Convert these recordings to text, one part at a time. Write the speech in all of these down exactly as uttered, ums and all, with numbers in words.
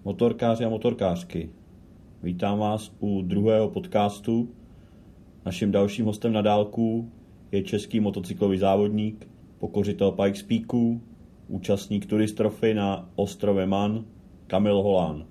Motorkáři a motorkářky, vítám vás u druhého podcastu. Naším dalším hostem na dálku je český motocyklový závodník, pokořitel Pikes Peaku, účastník Tourist Trophy na ostrově Man, Kamil Holán.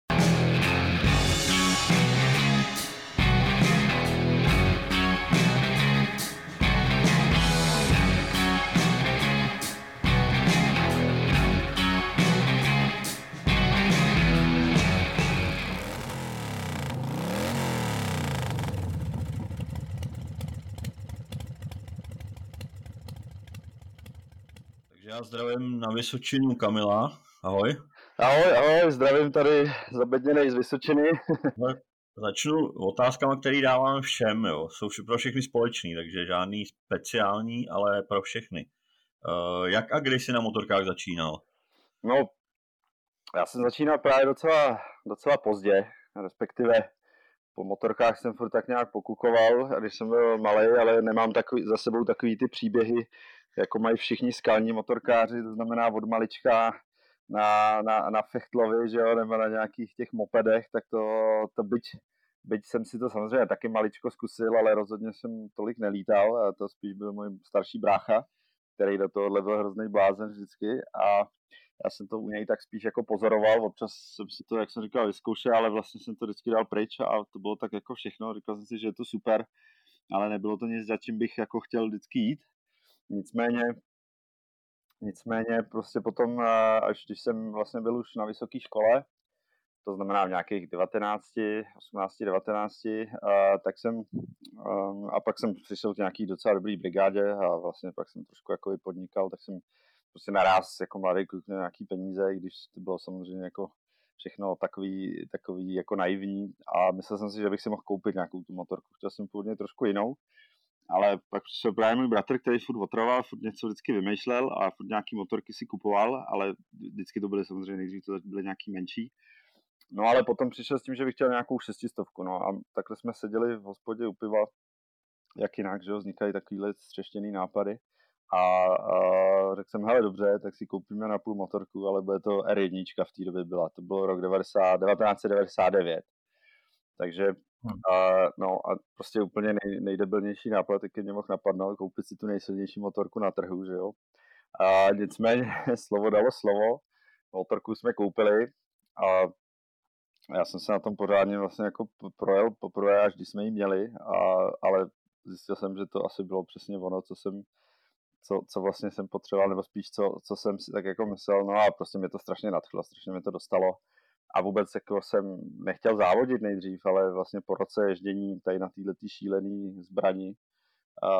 Já zdravím na Vysočinu Kamila. Ahoj. Ahoj, ahoj, zdravím tady zabedněnej z Vysočiny. Začnu otázkama, které dávám všem. Jo. Jsou pro všechny společný, takže žádný speciální, ale pro všechny. Uh, jak a kdy jsi na motorkách začínal? No, já jsem začínal právě docela, docela pozdě, respektive po motorkách jsem furt tak nějak pokukoval, když jsem byl malej, ale nemám takový, za sebou takový ty příběhy, jako mají všichni skalní motorkáři, to znamená od malička na, na, na Fechtlovi, že jo, nebo na nějakých těch mopedech, tak to, to byť, byť jsem si to samozřejmě taky maličko zkusil, ale rozhodně jsem tolik nelítal, a to spíš byl můj starší brácha, který do tohohle byl hrozný blázen vždycky, a já jsem to u něj tak spíš jako pozoroval, občas jsem si to, jak jsem říkal, vyzkoušel, ale vlastně jsem to vždycky dal pryč a to bylo tak jako všechno, říkal jsem si, že je to super, ale nebylo to nic, za čím bych jako chtěl vždycky jít. Nicméně, nicméně prostě potom, až když jsem vlastně byl už na vysoké škole, to znamená v nějakých devatenácti, osmnácti, devatenácti, a, tak jsem, a pak jsem přišel k nějaký docela dobrý brigádě a vlastně pak jsem trošku jako podnikal, tak jsem prostě naraz jako mladý kluk měl nějaký peníze, když to bylo samozřejmě jako všechno takový, takový jako naivní, a myslel jsem si, že bych si mohl koupit nějakou tu motorku. Chtěl jsem původně trošku jinou, ale pak přišel právě můj bratr, který furt otravoval, furt něco vždycky vymýšlel a furt nějaký motorky si kupoval, ale vždycky to byly samozřejmě nejdřív to byly nějaký menší. No ale potom přišel s tím, že bych chtěl nějakou šestistovku, no a takhle jsme seděli v hospodě u piva, jak jinak, že jo, vznikají takovýhle střeštěný nápady. A, a řekl jsem, hele dobře, tak si koupíme na půl motorku, ale bude to R jedna v té době byla, to byl rok devatenáct set devadesát devět. Takže hmm. a, no a prostě úplně nej, nejdebilnější nápad, taky mě mohl napadnout koupit si tu nejsilnější motorku na trhu, že jo. A nicméně slovo dalo slovo, motorku jsme koupili a já jsem se na tom pořádně vlastně jako projel poprvé, až když jsme ji měli, a, ale zjistil jsem, že to asi bylo přesně ono, co jsem Co, co vlastně jsem potřeboval, nebo spíš co, co jsem si tak jako myslel, no a prostě mě to strašně nadchlo, strašně mě to dostalo a vůbec jako jsem nechtěl závodit nejdřív, ale vlastně po roce ježdění tady na této šílený zbraní a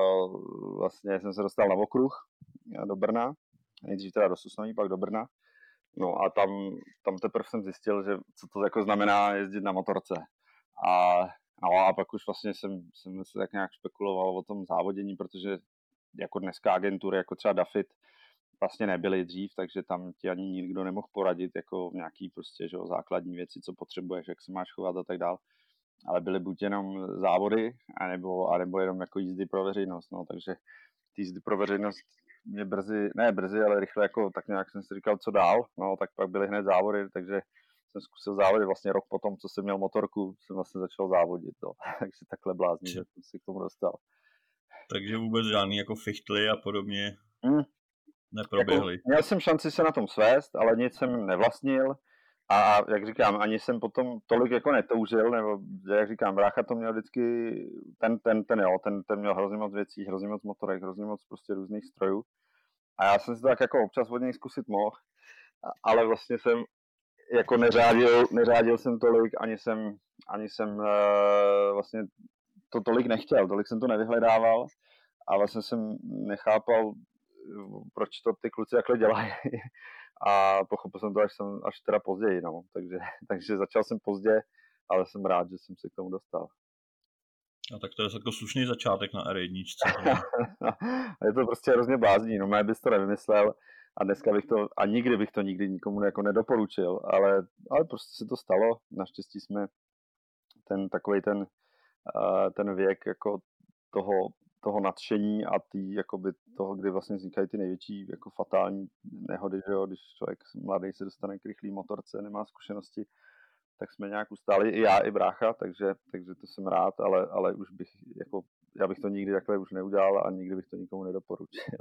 vlastně jsem se dostal na okruh do Brna, nejdřív teda do Sosnoví, pak do Brna, no a tam, tam teprve jsem zjistil, že co to jako znamená jezdit na motorce a, no a pak už vlastně jsem, jsem se tak nějak špekuloval o tom závodění, protože jako dneska agentury, jako třeba Dafit, vlastně nebyly dřív, takže tam ti ani nikdo nemohl poradit jako nějaký prostě, že, základní věci, co potřebuješ, jak se máš chovat a tak dál. Ale byly buď jenom závody, anebo, anebo jenom jako jízdy pro veřejnost, no, takže ty jízdy pro veřejnost mě brzy, ne brzy, ale rychle jako tak nějak jsem si říkal, co dál, no, tak pak byly hned závody, takže jsem zkusil závody vlastně rok potom, co jsem měl motorku, jsem vlastně začal závodit, no. Takže takhle blázní, že jsem si k tomu dostal. Takže vůbec žádný jako fichtly a podobně hmm. neproběhly. Jako, měl jsem šanci se na tom svést, ale nic jsem nevlastnil a jak říkám, ani jsem potom tolik jako netoužil, nebo jak říkám, brácha to měl vždycky, ten, ten, ten jo, ten, ten měl hrozně moc věcí, hrozně moc motorek, hrozně moc prostě různých strojů a já jsem si to tak jako občas od něj zkusit mohl, ale vlastně jsem jako neřádil, neřádil jsem tolik, ani jsem, ani jsem uh, vlastně to tolik nechtěl, tolik jsem to nevyhledával a vlastně jsem nechápal, proč to ty kluci takhle dělají a pochopil jsem to až, jsem, až teda později, no. takže, takže začal jsem pozdě, ale jsem rád, že jsem se k tomu dostal. A tak to je jako slušný začátek na R jedna. Je to prostě hrozně blázní, no mé bys to nevymyslel a dneska bych to, a nikdy bych to nikdy nikomu jako nedoporučil, ale, ale prostě se to stalo, naštěstí jsme ten takovej ten ten věk jako toho toho nadšení a tý, jakoby toho, kdy vlastně vznikají ty největší jako fatální nehody, že jo, když člověk mladý se dostane k rychlý motorce, nemá zkušenosti, tak jsme nějak ustáli, i já, i brácha, takže, takže to jsem rád, ale, ale už bych, jako, já bych to nikdy takhle už neudělal a nikdy bych to nikomu nedoporučil.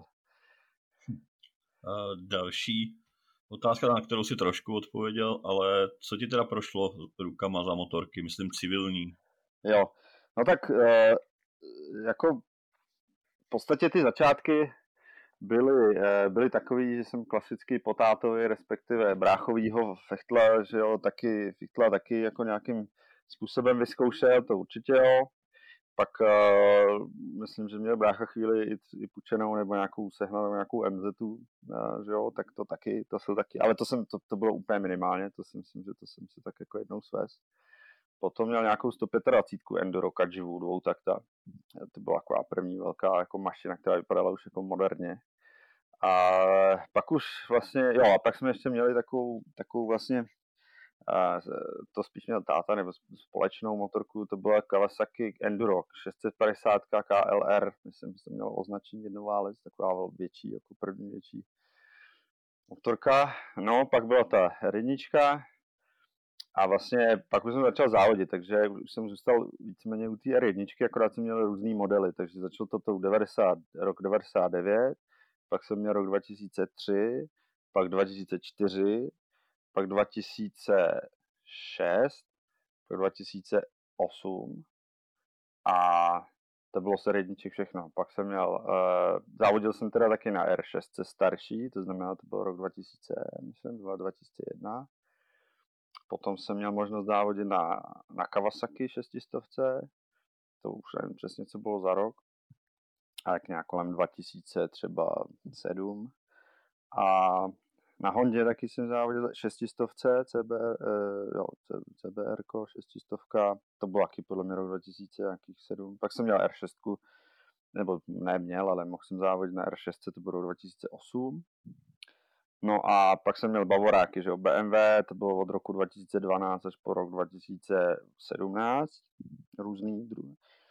A další otázka, na kterou si trošku odpověděl, ale co ti teda prošlo rukama za motorky, myslím civilní? Jo, no tak e, jako v podstatě ty začátky byly, e, byly takový, že jsem klasicky po tátovi, respektive bráchovýho Fechtla, že jo, taky Fechtla taky jako nějakým způsobem vyzkoušel, to určitě jo. Pak uh, myslím, že měl brácha chvíli i, i půjčenou nebo nějakou sehnal nějakou em zet, uh, že jo, tak to taky, to jsou taky, ale to jsem, to, to bylo úplně minimálně, to si myslím, že to jsem si tak jako jednou svést. Potom měl nějakou sto dvacet pět Enduro Kajivu dvoutakta, to byla taková první velká jako mašina, která vypadala už jako moderně. A pak už vlastně, jo, a pak jsme ještě měli takovou, takovou vlastně, a to spíš měl táta nebo společnou motorku, to byla Kawasaki Enduro šest set padesát K L R, myslím, že to mělo označení jednoválec, taková větší, jako první větší motorka. No, pak byla ta rednička a vlastně pak už jsem začal závodit, takže už jsem zůstal víceméně u té R jedna, akorát jsem měl různý modely, takže začal to tou devadesát, rok devadesát devět, pak jsem měl rok dva tisíce tři, pak dva tisíce čtyři, pak dva tisíce šest, pak dva tisíce osm a to bylo sérijníček všechno. Pak jsem měl, uh, závodil jsem teda taky na R šest starší, to znamená, to byl rok dva tisíce, myslím, dva tisíce jedna. Potom jsem měl možnost závodit na, na Kawasaki šestistovce, to už nevím přesně, co bylo za rok, a jak nějak kolem dva tisíce třeba sedm. A na Hondě taky jsem závodil šestistovce, C B R, eh, jo, C B R ko, šestistovka, to bylo taky podle mě rok dva tisíce sedm. Pak jsem měl R šest, nebo neměl, ale mohl jsem závodit na R šest, to bylo rok dva tisíce osm. No a pak jsem měl Bavoráky, že jo, B M W, to bylo od roku dva tisíce dvanáct až po rok dva tisíce sedmnáct, různý druhy.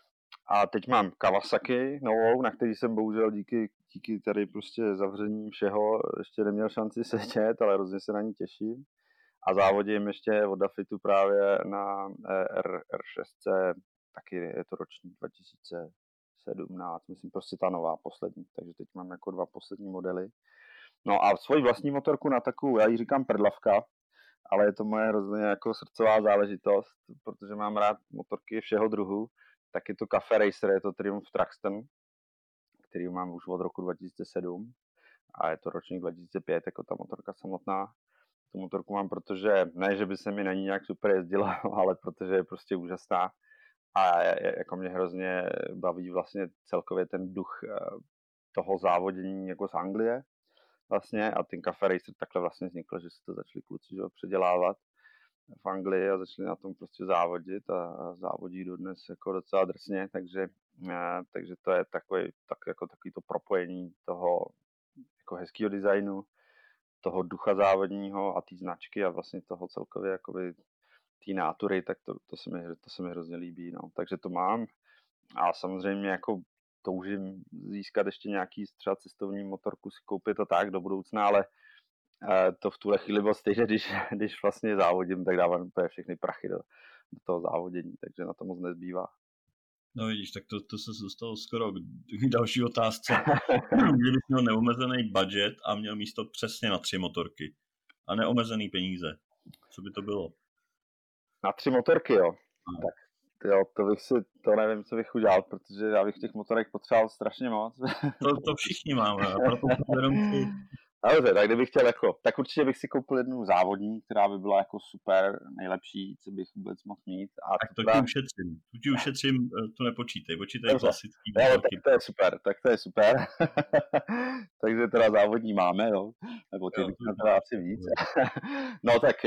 A teď mám Kawasaki novou, na který jsem bohužel díky, díky tady prostě zavření všeho ještě neměl šanci sedět, ale hrozně se na ní těším. A závodím ještě od Dafitu právě na R, R šest, taky je to ročník dva tisíce sedmnáct, myslím prostě ta nová, poslední. Takže teď mám jako dva poslední modely. No a svoji vlastní motorku na takovou, já ji říkám prdlavka, ale je to moje hrozně jako srdcová záležitost, protože mám rád motorky všeho druhu. Tak je to Cafe Racer, je to Triumph Truxton, který mám už od roku dva tisíce sedm a je to ročník dva tisíce pět, jako ta motorka samotná. Tu motorku mám, protože ne, že by se mi na ní nějak super jezdilo, ale protože je prostě úžasná a je, jako mě hrozně baví vlastně celkově ten duch toho závodění jako z Anglie vlastně a ten Cafe Racer takhle vlastně vznikl, že si to začali kluci že, předělávat v Anglii a začali na tom prostě závodit a závodí dodnes jako docela drsně, takže, takže to je takový, tak, jako takový to propojení toho jako hezkého designu, toho ducha závodního a té značky a vlastně toho celkově jakoby té nátury, tak to, to, se mi, to se mi hrozně líbí, no. Takže to mám a samozřejmě jako toužím získat ještě nějaký třeba cestovní motorku, si koupit to tak do budoucna, ale to v tuhle chvíli bylo stejně, když, když vlastně závodím, tak dávám úplně všechny prachy do, do toho závodění, takže na to moc nezbývá. No vidíš, tak to, to se dostalo skoro k další otázce. Kdybych měl neomezený budget a měl místo přesně na tři motorky a neomezený peníze, co by to bylo? Na tři motorky, jo. No. Tak jo, to bych si, to nevím, co bych udělal, protože já bych těch motorek potřeboval strašně moc. To, to všichni máme, a proto jenom si... Dobře, tak kdybych chtěl jako, tak určitě bych si koupil jednu závodní, která by byla jako super, nejlepší, co bych vůbec mohl mít. A tak to teda... ti ušetřím, tu ti ušetřím, to nepočítej, počítej Dobře. klasický Jo, motorky. tak to je super, tak to je super. Takže teda závodní máme, jo, nebo ty bych teda asi víc. No tak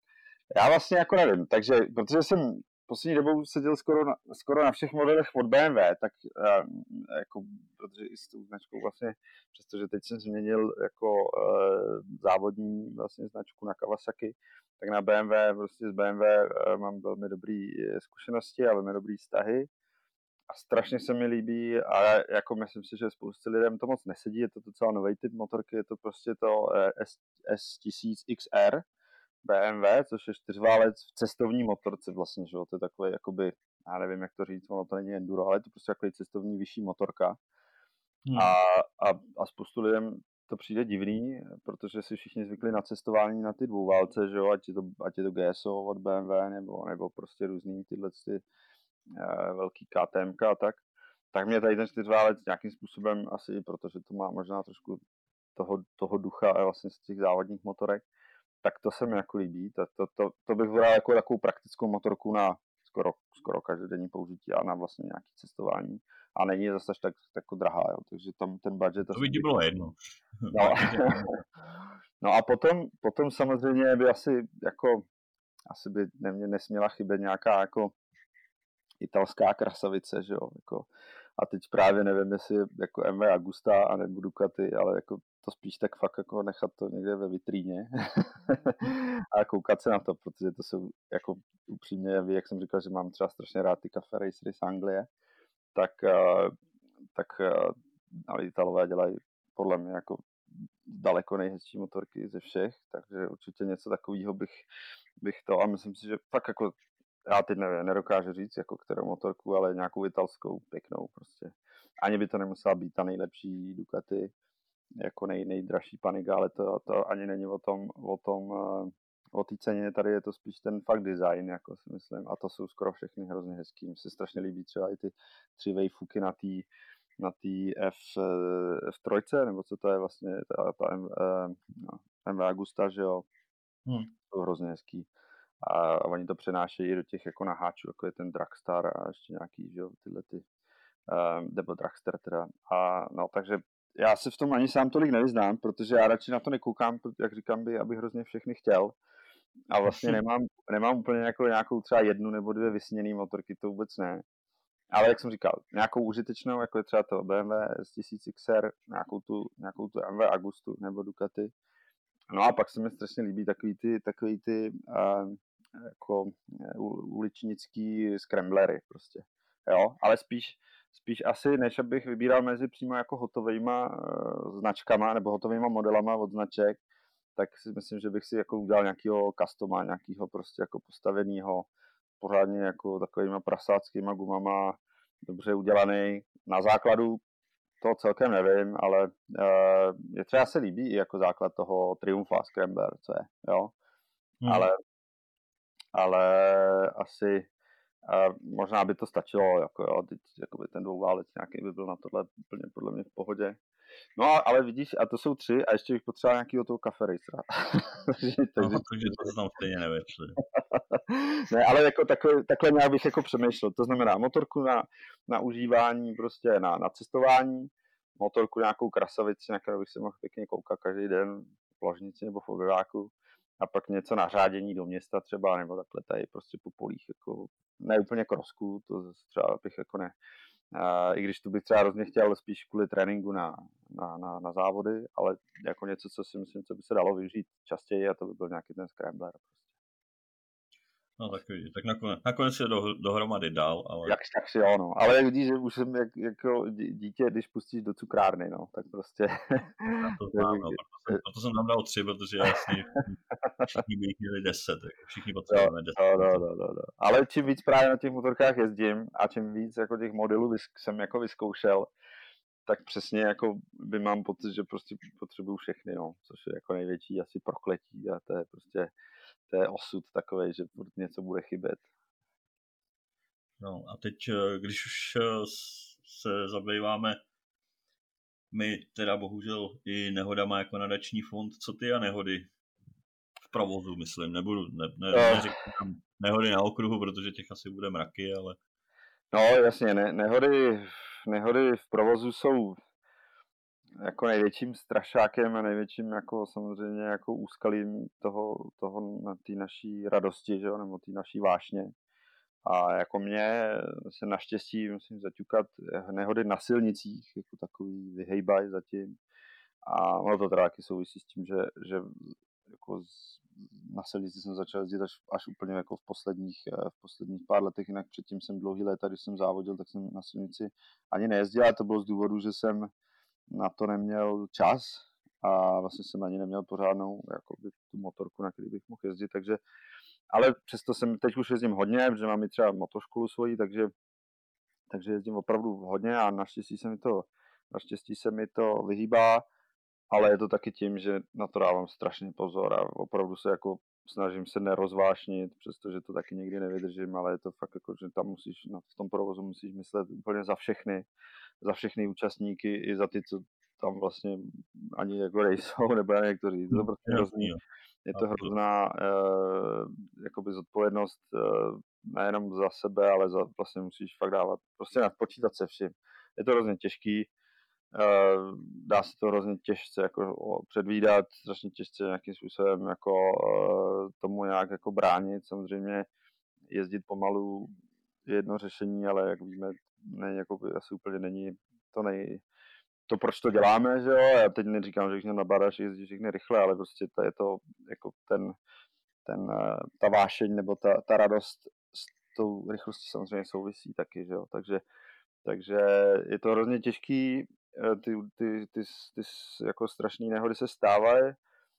já vlastně jako nevím, takže, protože jsem poslední dobou seděl skoro na, skoro na všech modelech od B M W, tak jako, protože i s tou značkou vlastně, přestože teď jsem změnil jako uh, závodní vlastně značku na Kawasaki, tak na B M W, prostě s B M W uh, mám velmi dobré zkušenosti a velmi dobré vztahy. a strašně se mi líbí a jako myslím si, že spoustu lidem to moc nesedí, je to docela nový typ motorky, je to prostě to S tisíc X R B M W, což je čtyřválec v cestovní motorce vlastně, že jo, to je takový jakoby, já nevím, jak to říct, ono to není enduro, ale je to prostě takový cestovní vyšší motorka. Hmm. A, a, a spoustu lidem to přijde divný, protože si všichni zvykli na cestování na ty dvouválce, že jo, ať je to, ať je to G S O od B M W, nebo, nebo prostě různý tyhle ty uh, velký K T M a tak. Tak mě tady ten čtyřválec nějakým způsobem asi, protože to má možná trošku toho, toho ducha vlastně z těch závodních motorek, tak to se mi jako líbí. To, to, to, to bych bral jako takovou praktickou motorku na skoro, skoro každodenní použití a na vlastně nějaké cestování. A není zase tak jako drahá, jo. Takže tam ten budget... To by ti bylo jedno. No, no a potom, potom samozřejmě by asi jako asi by nemě, nesměla chybět nějaká jako italská krasavice, že jo. Jako, a teď právě nevím, jestli jako M V Agusta a nebo Ducati, ale jako to spíš tak fakt jako nechat to někde ve vitríně a koukat se na to, protože to jsou jako upřímně, jak jsem říkal, že mám třeba strašně rád ty Cafe Racery z Anglie, tak, tak ale Italové dělají podle mě jako daleko nejhezčí motorky ze všech, takže určitě něco takového bych, bych to a myslím si, že fakt jako já teď nevím, nedokážu říct, jako kterou motorku, ale nějakou italskou, pěknou prostě. Ani by to nemusela být ta nejlepší Ducati, jako nej, nejdražší Panigale, ale to, to ani není o tom, o tom, o té ceně, tady je to spíš ten fakt design, jako si myslím, a to jsou skoro všechny hrozně hezký. Mně se strašně líbí třeba i ty tři wayfuky na té na té F, F3, nebo co to je vlastně, ta, ta M, M V Agusta, že jo, hmm. to hrozně hezký. A, a oni to přenášejí do těch jako naháčů, jako je ten Dragstar a ještě nějaký, že jo, tyhle ty, um, nebo Dragster teda. A no, takže já se v tom ani sám tolik nevyznám, protože já radši na to nekoukám, jak říkám, by, abych hrozně všechny chtěl. A vlastně nemám, nemám úplně jako nějakou třeba jednu nebo dvě vysněné motorky, to vůbec ne. Ale jak jsem říkal, nějakou užitečnou, jako je třeba to B M W S tisíc X R, nějakou tu, nějakou tu M V Agustu nebo Ducati. No a pak se mi strašně líbí takový ty, takový ty uh, jako uličnický scramblery prostě, jo, ale spíš, spíš asi, než abych vybíral mezi přímo jako hotovejma uh, značkama nebo hotovejma modelama od značek, tak si myslím, že bych si jako udělal nějakýho customa, nějakýho prostě jako postavenýho, pořádně jako takovýma prasáckýma gumama, dobře udělaný, na základu to celkem nevím, ale uh, je třeba se líbí i jako základ toho Triumpha Scrambler, co je, jo, hmm. ale ale asi uh, možná by to stačilo, jako jo, teď jakoby ten dvouválec nějaký by byl na tohle úplně podle mě v pohodě. No ale vidíš, a to jsou tři a ještě bych potřeboval nějakýho toho Cafe Racera. takže, takže, no, takže to se tam stejně nevečli. Ne, ale jako takhle, takhle nějak bych jako přemýšlel. To znamená motorku na, na užívání, prostě na, na cestování, motorku nějakou krasavici, na kterou bych se mohl pěkně koukat každý den v ložnici nebo v obyváku. A pak něco na řádění do města třeba, nebo takhle tady prostě po polích, jako ne úplně krosku, to třeba bych jako ne. A i když tu bych třeba hrozně chtěl spíš kvůli tréninku na, na, na, na závody, ale jako něco, co si myslím, co by se dalo využít častěji a to by byl nějaký ten scrambler. Prostě. No tak vidíš, tak nakonec, nakonec se do, dohromady dal, ale... Jak tak si jo, no. Ale jak vidíš, že už jsem jak, jako dítě, když pustíš do cukrárny, no, tak prostě... Já to znám, no, proto jsem, proto jsem tam dal tři, protože jasně všichni by jich měli deset, všichni potřebujeme deset. No, no, no, no, no. Ale čím víc právě na těch motorkách jezdím a čím víc jako těch modelů jsem jako vyzkoušel, tak přesně jako by mám pocit, že prostě potřebuju všechny, no, což je jako největší asi prokletí a to je prostě to je osud takovej, že něco bude chybět. No a teď, když už se zabýváme my teda bohužel i nehodama jako nadační fond, co ty a nehody v provozu, myslím, nebudu, ne, ne, neříkám nehody na okruhu, protože těch asi bude mraky, ale... No jasně, ne, nehody, nehody v provozu jsou jako největším strašákem a největším jako samozřejmě jako úskalím toho, toho na té naší radosti, že jo, nebo té naší vášně. A jako mě se naštěstí musím zaťukat nehody na silnicích, jako takový vyhejbaj zatím. A ono to teda taky souvisí s tím, že, že jako z, na silnici jsem začal jezdit až, až úplně jako v posledních, v posledních pár letech, jinak předtím jsem dlouhý léta, když jsem závodil, tak jsem na silnici ani nejezdil, a to bylo z důvodu, že jsem na to neměl čas a vlastně jsem ani neměl pořádnou jakoby, tu motorku, na který bych mohl jezdit, takže ale přesto jsem, teď už jezdím hodně, protože mám i třeba motoškolu svoji, takže, takže jezdím opravdu hodně a naštěstí se mi to, naštěstí se mi to vyhýbá, ale je to taky tím, že na to dávám strašně pozor a opravdu se jako snažím se nerozvášnit, přestože to taky někdy nevydržím, ale je to fakt jako, že tam musíš, v tom provozu musíš myslet úplně za všechny, za všechny účastníky i za ty, co tam vlastně ani jako nejsou, nebo já jak to říct, to prostě hrozný. Je to hrozná uh, jakoby zodpovědnost uh, nejenom za sebe, ale za, vlastně musíš fakt dávat, prostě počítat se vším. Je to hrozně těžký, uh, dá se to hrozně těžce jako předvídat, strašně těžce nějakým způsobem jako uh, tomu nějak jako bránit. Samozřejmě jezdit pomalu je jedno řešení, ale jak víme, ne, jakoby, asi úplně není to nej, to, proč to děláme, že jo, já teď neříkám, že když nabádáš, jezdí všechny rychle, ale prostě to je to, jako ten, ten, ta vášeň nebo ta, ta radost s tou rychlostí samozřejmě souvisí taky, že jo, takže, takže je to hrozně těžký, ty, ty, ty, ty jako strašný nehody se stávají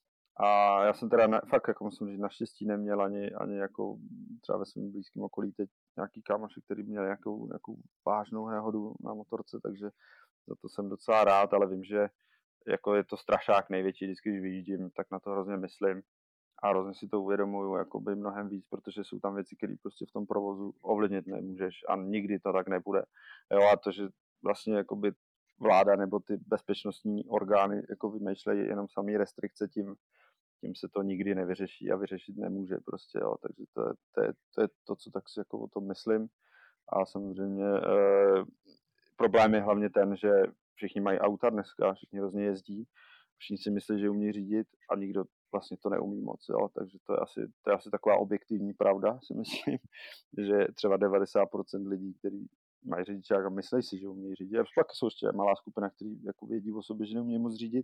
a já jsem teda na, fakt, jako musím říct, naštěstí neměl ani, ani jako třeba ve svém blízkém okolí teď nějaký kámoši, který měl nějakou, nějakou vážnou nehodu na motorce, takže za to jsem docela rád, ale vím, že jako je to strašák největší, vždycky, když vyjíždím, tak na to hrozně myslím a hrozně si to uvědomuju jakoby mnohem víc, protože jsou tam věci, které prostě v tom provozu ovlivnit nemůžeš a nikdy to tak nebude. Jo, a to, že vlastně jakoby vláda nebo ty bezpečnostní orgány jako vymýšlejí jenom samý restrikce, tím, tím se to nikdy nevyřeší a vyřešit nemůže prostě, jo, takže to je to, je, to, je to co tak si jako o tom myslím a samozřejmě eh, problém je hlavně ten, že všichni mají auta dneska, všichni hrozně jezdí, všichni si myslí, že umí řídit a nikdo vlastně to neumí moc, jo? Takže to je, asi, to je asi taková objektivní pravda, si myslím, že třeba devadesát procent lidí, kteří mají řidičák a myslí si, že umí řídit, a pak jsou ještě malá skupina, kteří jako vědí o sobě, že neumí moc řídit,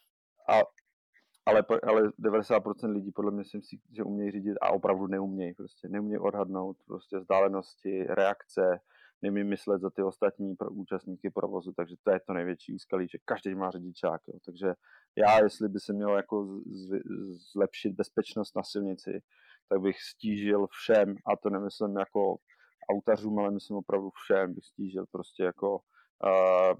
a, ale, ale devadesát procent lidí podle mě si myslí, že umí řídit a opravdu neumějí, prostě neumějí odhadnout prostě vzdálenosti, reakce, nemí myslet za ty ostatní pro účastníky provozu, takže to je to největší úskalí, že každý má řidičák, jo. Takže já, jestli by se mělo jako z, zlepšit bezpečnost na silnici, tak bych stížil všem, a to nemyslím jako autařům, ale myslím opravdu všem, bych stížil prostě jako uh,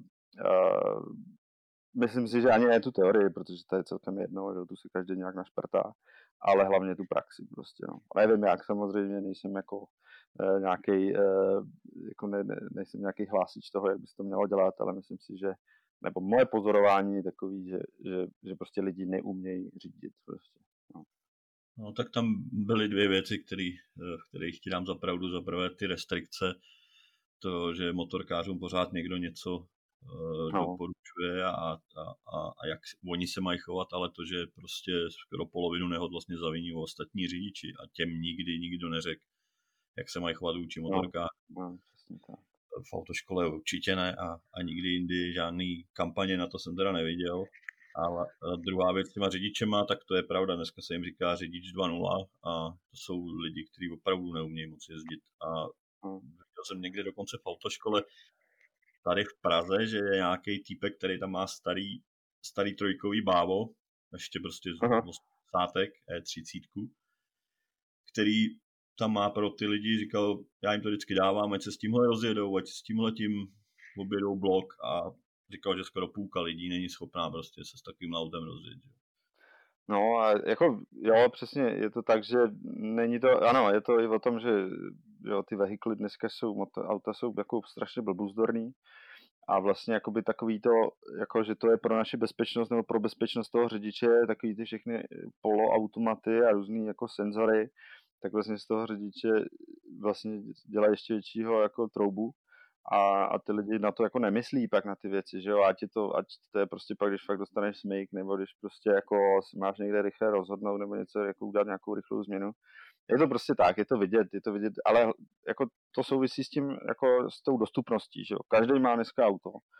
uh, myslím si, že ani ne tu teorii, protože to je celkem jedno, že tu si každý nějak našprtá, ale hlavně tu praxi prostě, no. Nevím jak, samozřejmě nejsem jako Uh, nějaký, uh, jako ne, ne, nejsem nějaký hlásič toho, jak by se to mělo dělat, ale myslím si, že, nebo moje pozorování je takový, že, že, že prostě lidi neumějí řídit prostě. No. No tak tam byly dvě věci, které kterých ti dám za pravdu. Za prvé ty restrikce, to, že motorkářům pořád někdo něco uh, no. doporučuje a, a, a, a jak oni se mají chovat, ale to, že prostě skoro polovinu nehod vlastně zaviní ostatní řidiči a těm nikdy nikdo neřekl, jak se mají chovat vůči motorkářům. No, no, v autoškole určitě ne a, a nikdy jindy žádný kampaně na to jsem teda neviděl. Ale druhá věc s těma řidičema, tak to je pravda, dneska se jim říká řidič dva nula a to jsou lidi, kteří opravdu neumějí moc jezdit. A viděl jsem někde dokonce v autoškole tady v Praze, že je nějaký týpek, který tam má starý, starý trojkový bávo, ještě prostě sátek é třicet, který tam má pro ty lidi, říkal, já jim to vždycky dávám, ať se s tímhle rozjedou, ať s tímhletím objedou blok a říkal, že skoro půlka lidí není schopná prostě se s takovým autem rozjet. Že? No a jako, jo, přesně, je to tak, že není to, ano, je to i o tom, že jo, ty vehikly dneska jsou, moto, auta jsou jako strašně blbůzdorný a vlastně jakoby takový to, jako, že to je pro naši bezpečnost nebo pro bezpečnost toho řidiče, takový ty všechny poloautomaty a různý jako senzory, tak vlastně z toho řidiče vlastně dělá ještě většího jako troubu a, a ty lidi na to jako nemyslí pak na ty věci, že jo, ať je to, ať to je prostě pak, když fakt dostaneš smyk, nebo když prostě jako máš někde rychle rozhodnout, nebo něco, jako udělat nějakou rychlou změnu. Je to prostě tak, je to vidět, je to vidět, ale jako to souvisí s tím, jako s tou dostupností, že jo, každý má dneska auto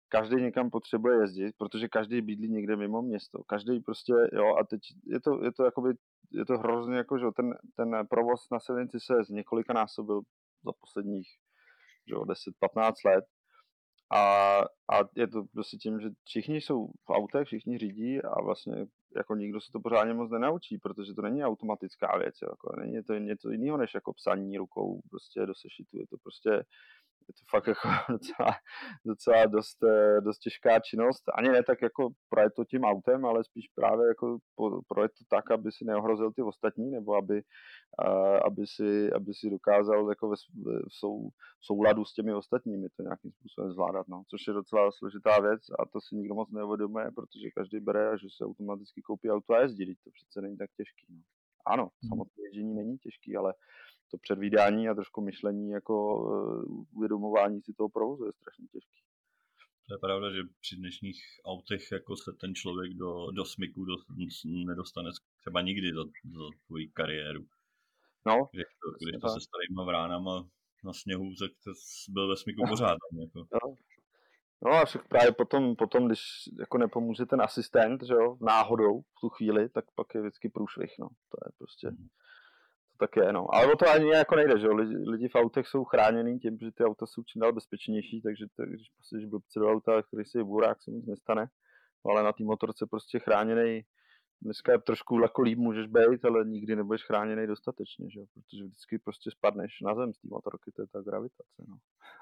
každý někam potřebuje jezdit, protože každý bydlí někde mimo město. Každý prostě, jo, a teď je to, je to jakoby, je to hrozně jako, že ten, ten provoz na silnici se z několika násobil za posledních, že jo, deset patnáct let. A, a je to prostě tím, že všichni jsou v autech, všichni řídí a vlastně jako nikdo se to pořádně moc nenaučí, protože to není automatická věc, jo, jako není to něco jiného než jako psaní rukou prostě do sešitu, je to prostě je to fakt jako docela, docela dost, dost těžká činnost. Ani ne tak jako projet to tím autem, ale spíš právě jako projet to tak, aby si neohrozil ty ostatní, nebo aby, uh, aby, si, aby si dokázal jako ve, v, sou, v souladu s těmi ostatními to nějakým způsobem zvládat. No. Což je docela složitá věc a to si nikdo moc neuvědomuje, protože každý bere, že se automaticky koupí auto a jezdí, to přece není tak těžký. No. Ano, samotné ježdění není těžký, ale to předvídání a trošku myšlení jako uvědomování si toho provozu je strašně těžký. To je pravda, že při dnešních autech jako se ten člověk do, do smyku do, nedostane třeba nikdy za, za tvoji kariéru. No. Když to, když to se starýma vránama na sněhu, tak to byl ve smyku pořád. Jako. No. No a však právě potom, potom, když jako nepomůže ten asistent, že jo, náhodou v tu chvíli, tak pak je vždycky průšvih, no. To je prostě... Hmm. Tak je, no. Ale o to ani jako nejde, že jo. Lidi, lidi v autech jsou chráněný tím, že ty auta jsou čím dál bezpečnější, takže to, když posadíš blbce do auta, který si je burák, se nic nestane. Ale na té motorce prostě chráněný. Dneska je trošku jako líp můžeš být, ale nikdy nebudeš chráněný dostatečně, že jo. Protože vždycky prostě spadneš na zem z té motorky, to je ta gravitace, no.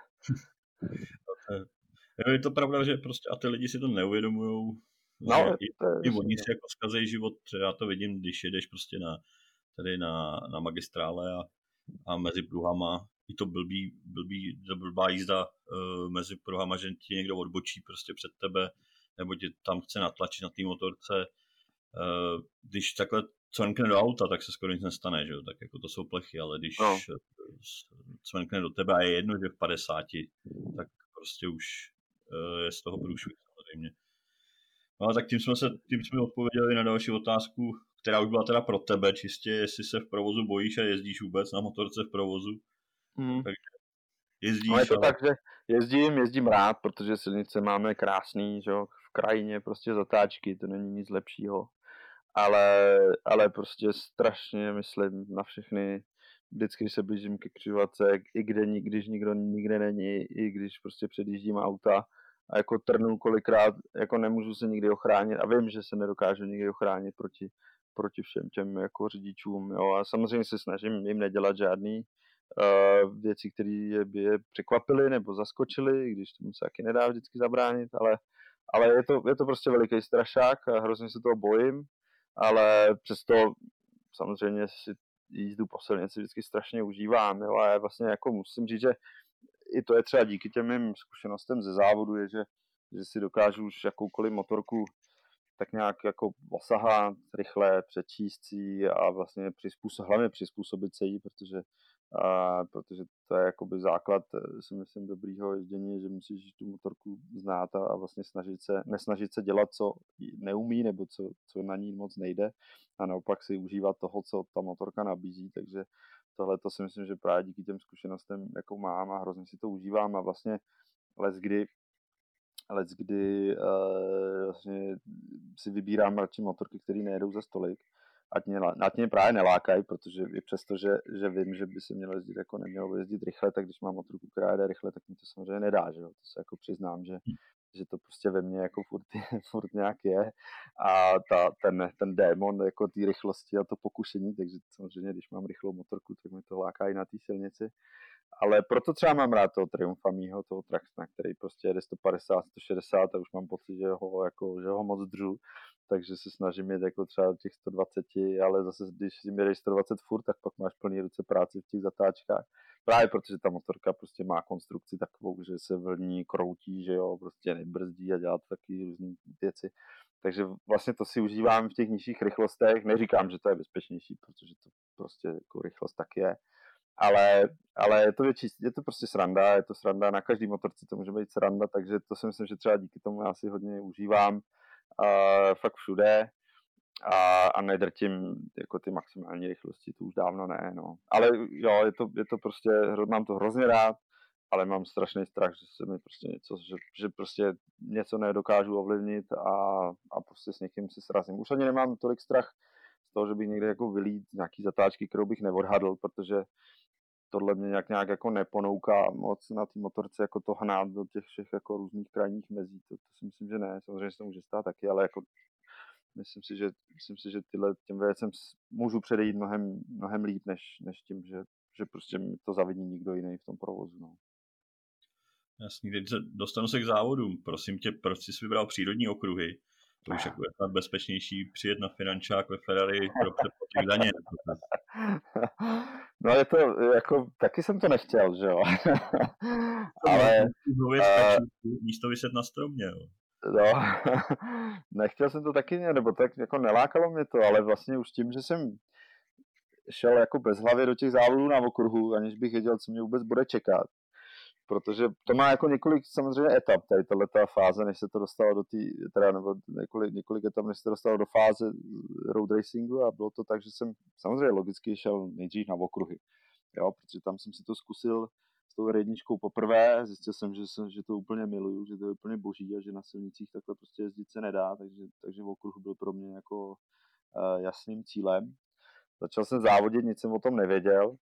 Je to pravda, že prostě a ty lidi si to neuvědomujou. No, i, i oni si jako zkazejí život, já to vidím, když jedeš prostě na tady na, na magistrále a, a mezi pruhama, i to blbý, blbý, blbá jízda uh, mezi pruhama, že ti někdo odbočí prostě před tebe, nebo tě tam chce natlačit na té motorce. Uh, když takhle cvrkne do auta, tak se skoro nic nestane, že jo? Tak jako to jsou plechy, ale když no. cvrkne do tebe a je jedno, že v padesáti, tak prostě už uh, je z toho průšvih samozřejmě. No a tak tím jsme, se, tím jsme odpověděli na další otázku, která už byla teda pro tebe, čistě jestli se v provozu bojíš a jezdíš vůbec na motorce v provozu. Mm. Takže jezdíš. No je to ale... tak, že jezdím, jezdím rád, protože silnice máme krásný, že jo, v krajině prostě zatáčky, to není nic lepšího. Ale, ale prostě strašně myslím na všechny, vždycky, když se blížím ke křižovatce, i kde, když nikdo nikde není, i když prostě předjíždím auta a jako trnu kolikrát, jako nemůžu se nikdy ochránit a vím, že se nedokážu nikdy ochránit proti proti všem těm jako řidičům, jo, a samozřejmě se snažím jim nedělat žádný uh, věci, které by je překvapily nebo zaskočily, když tomu se taky nedá vždycky zabránit, ale, ale je, to, je to prostě veliký strašák a hrozně se toho bojím, ale přesto samozřejmě si jízdu po silnici vždycky strašně užívám, jo, a já vlastně jako musím říct, že i to je třeba díky těm mým zkušenostem ze závodu, je, že, že si dokážu už jakoukoliv motorku tak nějak jako osahat, rychle přečíst si a vlastně přizpůsob, hlavně přizpůsobit se jí, protože, a, protože to je jakoby základ, si myslím, dobrýho ježdění, že musíš tu motorku znát a, a vlastně snažit se, nesnažit se dělat, co neumí nebo co, co na ní moc nejde a naopak si užívat toho, co ta motorka nabízí, takže tohle to si myslím, že právě díky těm zkušenostem jako mám a hrozně si to užívám a vlastně leckdy ale kdy uh, vlastně si vybírám radši motorky, které nejedou za stolik. Ať mě, ať mě právě nelákají, protože i přesto, že, že vím, že by se mělo jezdit jako nemělo jezdit rychle, tak když mám motorku, která jede rychle, tak mi to samozřejmě nedá, že jo. To se jako přiznám, že, že to prostě ve mně jako furt, furt nějak je. A ta, ten, ten démon jako té rychlosti a to pokušení, takže samozřejmě, když mám rychlou motorku, tak mi to láká i na té silnici. Ale proto třeba mám rád toho Triumfa mýho, toho Traxna, který prostě jede sto padesát, sto šedesát a už mám pocit, že ho, jako, že ho moc držu, takže se snažím jít jako třeba těch sto dvacet, ale zase když si jedeš sto dvacet furt, tak pak máš plný ruce práce v těch zatáčkách. Právě protože ta motorka prostě má konstrukci takovou, že se vlní, kroutí, že jo, prostě nebrzdí a dělá taky různé věci. Takže vlastně to si užívám v těch nižších rychlostech. Neříkám, že to je bezpečnější, protože to prostě jako rychlost tak je. Ale, ale je to větší, je to prostě sranda, je to sranda, na každý motorce to může být sranda, takže to si myslím, že třeba díky tomu já si hodně užívám uh, fakt všude a, a nedrtím jako ty maximální rychlosti, to už dávno ne, no. Ale jo, je to, je to prostě, mám to hrozně rád, ale mám strašný strach, že se mi prostě něco, že, že prostě něco nedokážu ovlivnit a, a prostě s někým se srazím. Už ani nemám tolik strach z toho, že bych někde jako vylít nějaký zatáčky, kterou bych neodhadl, protože tohle mě nějak, nějak jako neponouká moc na té motorce jako to hnát do těch všech jako různých krajních mezí. To, to si myslím, že ne. Samozřejmě se to může stát taky, ale jako myslím si, že, myslím si, že tyhle těm věcem můžu předejít mnohem, mnohem líp, než, než tím, že, že prostě mi to zavidí nikdo jiný v tom provozu. No. Jasný, teď se dostanu se k závodům. Prosím tě, proč jsi vybral přírodní okruhy? To už jako je snad bezpečnější přijet na finančák ve Ferrari pro předplatek daně. No je to, jako, taky jsem to nechtěl, že jo. Ale... Uh, místo vyset na stromě, jo. No, nechtěl jsem to taky, nebo tak jako nelákalo mě to, ale vlastně už tím, že jsem šel jako bez hlavy do těch závodů na okruhu, aniž bych věděl, co mě vůbec bude čekat. Protože to má jako několik samozřejmě etap, tady tato fáze, než se to dostalo do té, teda nebo několik, několik etap, než se to dostalo do fáze road racingu a bylo to tak, že jsem samozřejmě logicky šel nejdřív na okruhy, jo, protože tam jsem si to zkusil s tou jedničkou poprvé, zjistil jsem, že, jsem, že to úplně miluju, že to je úplně boží a že na silnicích takhle prostě jezdit se nedá, takže, takže okruh byl pro mě jako uh, jasným cílem. Začal jsem závodit, nic jsem o tom nevěděl.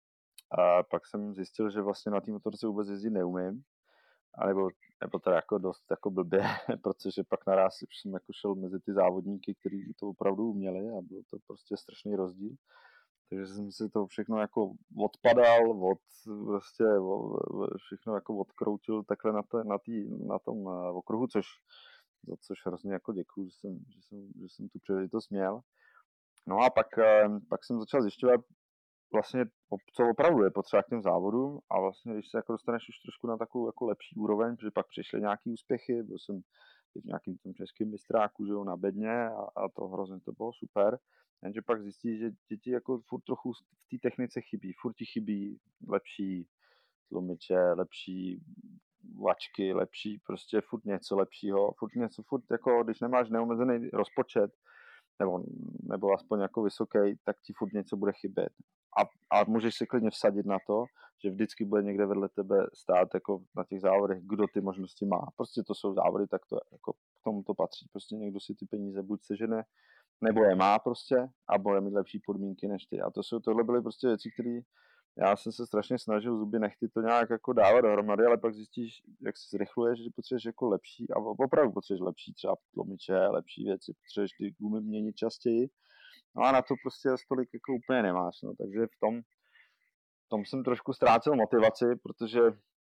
A pak jsem zjistil, že vlastně na té motorce vůbec jezdit neumím. A nebo, nebo to jako dost jako blbě, protože pak naraz už jsem jako šel mezi ty závodníky, kteří to opravdu uměli a byl to prostě strašný rozdíl. Takže jsem si to všechno jako odpadal, od, prostě všechno jako odkroutil takhle na, te, na, tý, na tom okruhu, což, za což hrozně jako děkuju, že jsem, že jsem, že jsem tu příležitost měl. No a pak, pak jsem začal zjišťovat, vlastně, co opravdu je potřeba k těm závodům a vlastně, když se jako dostaneš už trošku na takovou jako lepší úroveň, protože pak přišly nějaký úspěchy, byl jsem v nějakým tom českým mistráku, že jo, na bedně a, a to hrozně to bylo super, jenže pak zjistíš, že děti jako furt trochu v té technice chybí, furt ti chybí lepší tlumiče, lepší vačky, lepší, prostě furt něco lepšího, furt něco, furt jako, když nemáš neomezený rozpočet, nebo, nebo aspoň jako vysoký, tak ti furt něco bude chybět. A, a můžeš si klidně vsadit na to, že vždycky bude někde vedle tebe stát jako na těch závodech, kdo ty možnosti má. Prostě to jsou závody, tak to jako k tomu to patří. Prostě někdo si ty peníze buď sežene, nebo je má prostě a bude mít lepší podmínky než ty. A to jsou, tohle byly prostě věci, které já jsem se strašně snažil zuby nechty to nějak jako dávat dohromady, ale pak zjistíš, jak se zrychluješ, že potřebuješ jako lepší a opravdu potřebuješ lepší třeba tlumiče, lepší věci, potřebuješ ty gumy měnit častěji. No a na to prostě stolik jako úplně nemáš, no, takže v tom, v tom jsem trošku ztrácel motivaci, protože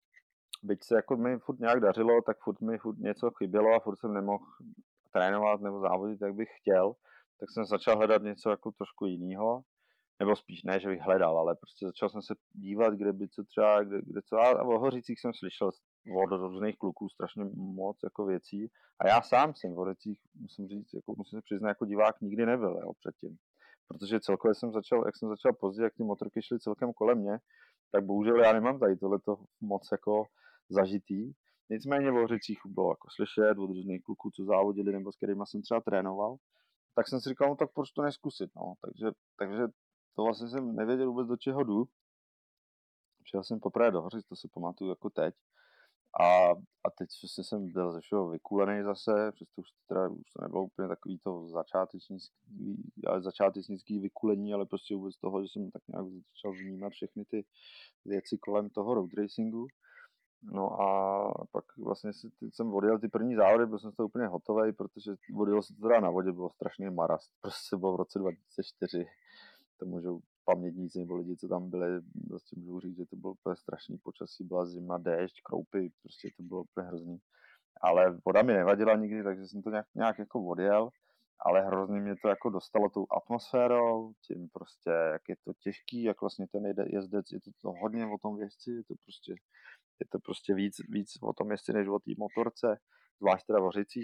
byť se jako mi furt nějak dařilo, tak furt mi furt něco chybělo a furt jsem nemohl trénovat nebo závodit, jak bych chtěl, tak jsem začal hledat něco jako trošku jiného. Nebo spíš ne, že bych hledal, ale prostě začal jsem se dívat, kde by co třeba, kde, kde co, a o Hořicích jsem slyšel od různých kluků strašně moc jako věcí a já sám jsem v Hořicích, musím říct, jako musím se přiznat, jako divák nikdy nebyl, jo, předtím. Protože celkově jsem začal, jak jsem začal pozdě, jak ty motorky šly celkem kolem mě, tak bohužel já nemám tady tohleto moc jako zažitý. Nicméně v Hořicích bylo jako slyšet od různých kluků, co závodili, nebo s kterými jsem třeba trénoval, tak jsem si říkal, no tak proč to neskusit, no, takže, takže to vlastně jsem nevěděl vůbec, do čeho jdu. Přijel jsem poprvé do Hořic, to si pamatuju jako teď. A, a teď vlastně jsem byl ze všeho vykulený zase, přesto už, teda, už to nebylo úplně takový to začátečnický, ale začátečnický vykulení, ale prostě vůbec toho, že jsem tak nějak začal vnímat všechny ty věci kolem toho road racingu. No a pak vlastně jsem odjel ty první závody, byl jsem z toho úplně hotový, protože odjel se to teda na vodě, bylo strašný marast. Prostě bylo v roce dva tisíce čtyři. To můžou pamětníci nebo lidi, co tam byli, vlastně můžou říct, že to bylo úplně strašný počasí, byla zima, déšť, kroupy, prostě to bylo úplně hrozný. Ale voda mi nevadila nikdy, takže jsem to nějak, nějak jako odjel, ale hrozně mě to jako dostalo tou atmosférou, tím prostě, jak je to těžký, jak vlastně ten jezdec, je to, to hodně o tom vězci, je to prostě, je to prostě víc, víc o tom jezdci, než o té motorce, zvlášť teda v Hořicích.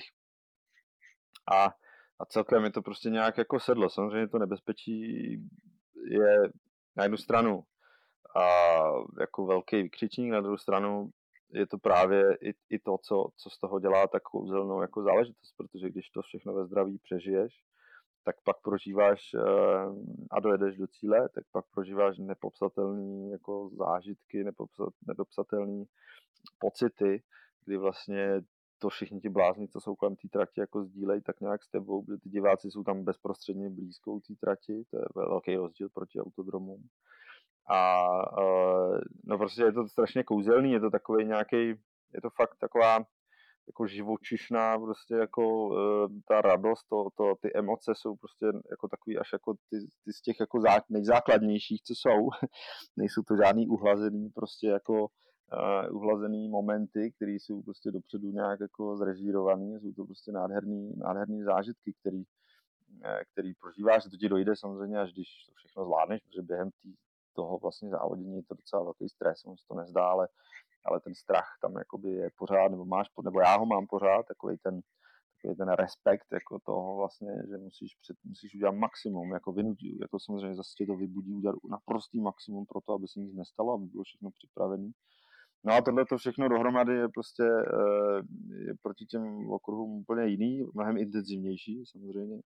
A A celkem mi to prostě nějak jako sedlo. Samozřejmě to nebezpečí je na jednu stranu a jako velký vykřičník, na druhou stranu je to právě i, i to, co, co z toho dělá tak kouzelnou jako záležitost, protože když to všechno ve zdraví přežiješ, tak pak prožíváš a dojedeš do cíle, tak pak prožíváš nepopsatelné jako zážitky, nepopsat, nepopsatelné pocity, kdy vlastně to všichni ti blázni, co jsou kolem té trati, jako sdílejí tak nějak s tebou, protože ty diváci jsou tam bezprostředně blízko té trati, to je velký rozdíl proti autodromům. A no prostě je to strašně kouzelný, je to takový nějaký, je to fakt taková jako živočišná, prostě jako ta radost, to, to, ty emoce jsou prostě jako takový až jako ty, ty z těch jako zá, nejzákladnějších, co jsou. Nejsou to žádný uhlazený prostě jako uh, uhlazený momenty, které jsou prostě dopředu nějak jako zrežírovaný, jsou to prostě nádherný, nádherný zážitky, který, který prožíváš, to ti dojde samozřejmě, až když to všechno zvládneš, protože během tý, toho vlastně závodění je to docela velký stres, on se to nezdá, ale ale ten strach tam jakoby je pořád, nebo máš, nebo já ho mám pořád, takový ten, takový ten respekt jako toho vlastně, že musíš, před, musíš udělat maximum, jako vynutit, jako samozřejmě zase tě to vybudí udělat naprostý maximum pro to, aby se nic nestalo, aby bylo všechno připravené. No a tohle to všechno dohromady je prostě je proti těm okruhům úplně jiný, mnohem intenzivnější samozřejmě.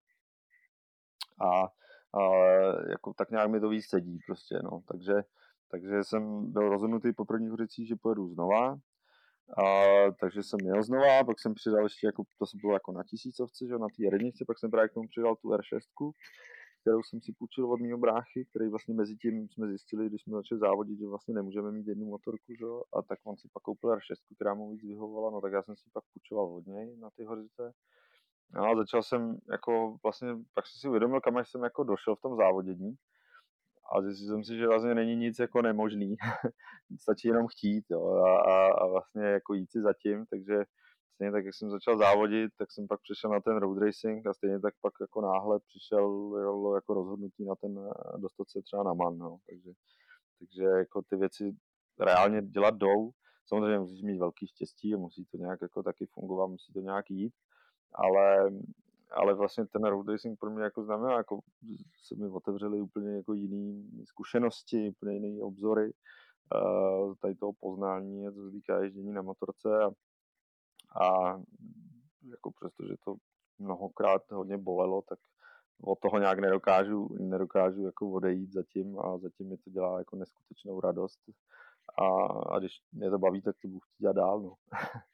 A, a jako tak nějak mi to víc sedí prostě, no, takže Takže jsem byl rozhodnutý po prvních hořicích, že pojedu znova. A, takže jsem jel znova, pak jsem přidal ještě, jako, to se bylo jako na tisícovce, že, na té jedničce, pak jsem právě k tomu přidal tu R šest, kterou jsem si půjčil od mýho bráchy, který vlastně mezi tím jsme zjistili, když jsme začali závodit, že vlastně nemůžeme mít jednu motorku, že? A tak on si pak koupil R šest, která mu víc vyhovovala, no tak já jsem si pak půjčoval od něj na ty hořice. No a začal jsem jako vlastně, pak jsem si uvědomil, kam až jsem jako došel v tom závodění. A zjistil jsem si, že vlastně není nic jako nemožný, stačí jenom chtít, jo, a, a, a vlastně jako jít si zatím, takže stejně tak, jak jsem začal závodit, tak jsem pak přišel na ten road racing a stejně tak pak jako náhle přišel jako rozhodnutí na ten, dostat se třeba na Man, no, takže, takže jako ty věci reálně dělat jdou, samozřejmě musíš mít velký štěstí a musí to nějak jako taky fungovat, musí to nějak jít, ale ale vlastně ten road racing pro mě jako znamená, jako se mi otevřely úplně jako jiný zkušenosti, úplně jiné obzory, uh, tady toho poznání, co se týká ježdění na motorce a, a jako přesto, že to mnohokrát hodně bolelo, tak od toho nějak nedokážu, nedokážu jako odejít zatím a zatím mi to dělá jako neskutečnou radost a, a když mě to baví, tak to budu chtít dělat dál, no.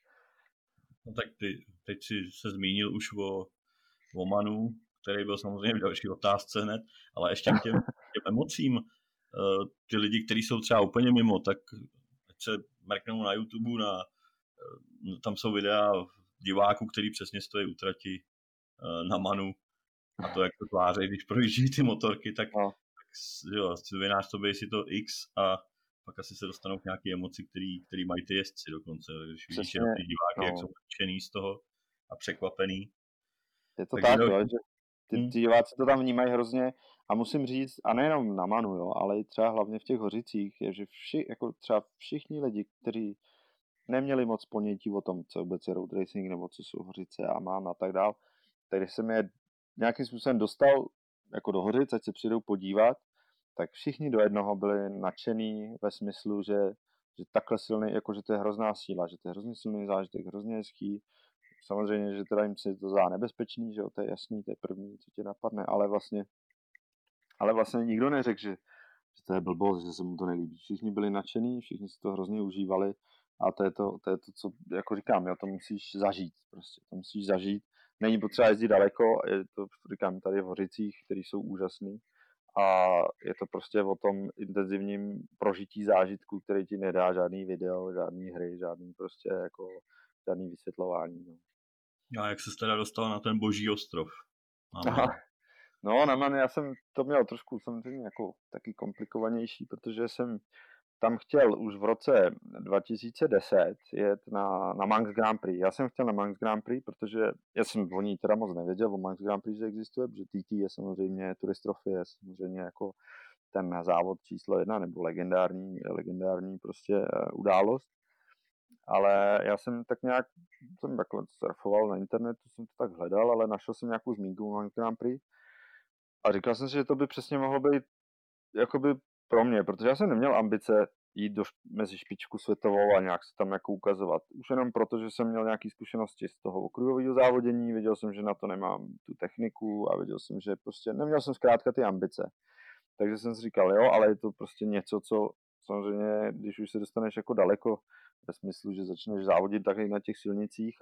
No tak ty, teď si se zmínil už o o Manu, který byl samozřejmě v další otázce hned, ale ještě k těm, těm emocím. Ty lidi, kteří jsou třeba úplně mimo, tak ať se mrknou na YouTube, na, tam jsou videa diváků, který přesně stojí u trati na Manu a to, jak to tváří, když projíždí ty motorky, tak, no. tak jo, vynásobí si to X a pak asi se dostanou k nějaké emoci, který, který mají ty jezdci dokonce, když vidíš jenom ty diváky, no. Jak jsou nadšený z toho a překvapený. Je to tak, tak jo, že ty, ty diváci to tam vnímají hrozně a musím říct, a nejenom na Manu, jo, ale i třeba hlavně v těch hořicích, je, že vši, jako třeba všichni lidi, kteří neměli moc ponětí o tom, co vůbec je road racing, nebo co jsou hořice a mám a tak dál, tak když jsem je nějakým způsobem dostal jako do hořic, ať se přijdou podívat, tak všichni do jednoho byli nadšený ve smyslu, že, že takhle silný, jako že to je hrozná síla, že to je hrozně silný zážitek, hrozně hezký. Samozřejmě, že teda jim se to zdá nebezpečný, že jo, to je jasný, to je první, co tě napadne, ale vlastně, ale vlastně nikdo neřekl, že, že to je blbost, že se mu to nelíbí. Všichni byli nadšení, všichni si to hrozně užívali a to je to, to, je to co, jako říkám, jo, to musíš zažít, prostě, to musíš zažít. Není potřeba jezdit daleko, je to, říkám, tady v Hořicích, které jsou úžasný a je to prostě o tom intenzivním prožití zážitku, který ti nedá žádný video, žádný hry, žádný prostě jako žádný vysvětlování. No. A jak se teda dostal na ten boží ostrov? No, na Man, já jsem to měl trošku samozřejmě jako taky komplikovanější, protože jsem tam chtěl už v roce dva tisíce deset jet na, na Manx Grand Prix. Já jsem chtěl na Manx Grand Prix, protože já jsem o ní teda moc nevěděl, o Manx Grand Prix, že existuje, protože T T je samozřejmě, Tourist Trophy je samozřejmě jako ten závod číslo jedna, nebo legendární, legendární prostě událost. Ale já jsem tak nějak, jsem takhle surfoval na internetu, jsem to tak hledal, ale našel jsem nějakou zmínku o Grand Prix a říkal jsem si, že to by přesně mohlo být jakoby pro mě, protože já jsem neměl ambice jít do, mezi špičku světovou a nějak se tam jako ukazovat. Už jenom proto, že jsem měl nějaké zkušenosti z toho okruhového závodění, věděl jsem, že na to nemám tu techniku a věděl jsem, že prostě neměl jsem zkrátka ty ambice. Takže jsem si říkal, jo, ale je to prostě něco, co samozřejmě, když už se dostaneš jako daleko, ve smyslu, že začneš závodit taky na těch silnicích a,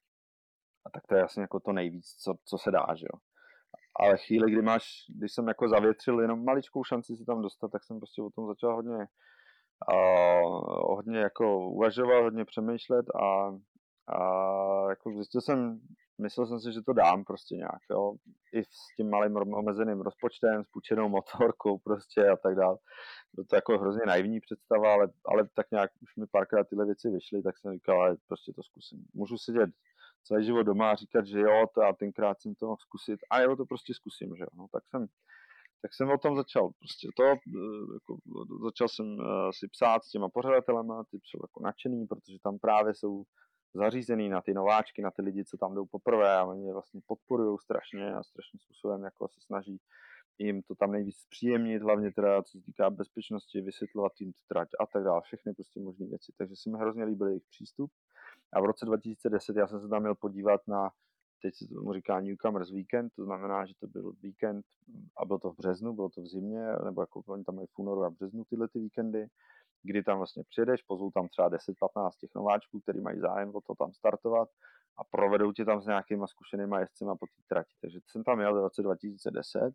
a tak to je jasně jako to nejvíc, co, co se dá, že jo. Ale chvíli, kdy máš, když jsem jako zavětřil jenom maličkou šanci si tam dostat, tak jsem prostě o tom začal hodně a hodně jako uvažoval, hodně přemýšlet a, a jako zjistil jsem, myslel jsem si, že to dám prostě nějak, jo, i s tím malým omezeným rozpočtem, s půjčenou motorkou prostě a tak dále. Bylo to jako hrozně naivní představa, ale, ale tak nějak už mi párkrát tyhle věci vyšly, tak jsem říkal, ale prostě to zkusím. Můžu sedět celý život doma a říkat, že jo, to a tenkrát jsem to mohl zkusit a jo, to prostě zkusím, že jo, no, tak jsem tak jsem o tom začal prostě to, jako, začal jsem uh, si psát s těma pořadatelema, ty jsou jako nadšený, protože tam právě jsou zařízený na ty nováčky, na ty lidi, co tam jdou poprvé a oni je vlastně podporujou strašně a strašným způsobem jako se snaží jim to tam nejvíc zpříjemnit, hlavně teda co se týká bezpečnosti, vysvětlovat jim trať a tak dále, všechny prostě možné věci, takže se mi hrozně líbil jejich přístup a v roce dva tisíce deset já jsem se tam měl podívat na, teď se tomu říká Newcomers Weekend, to znamená, že to byl víkend a bylo to v březnu, bylo to v zimě, nebo jako oni tam mají v únoru a v březnu tyhle ty víkendy, kdy tam vlastně přijedeš, pozvou tam třeba deset patnáct těch nováčků, kteří mají zájem o to tam startovat a provedou tě tam s nějakýma zkušenýma jezdcema po té trati. Takže jsem tam jel v roce dva tisíce deset,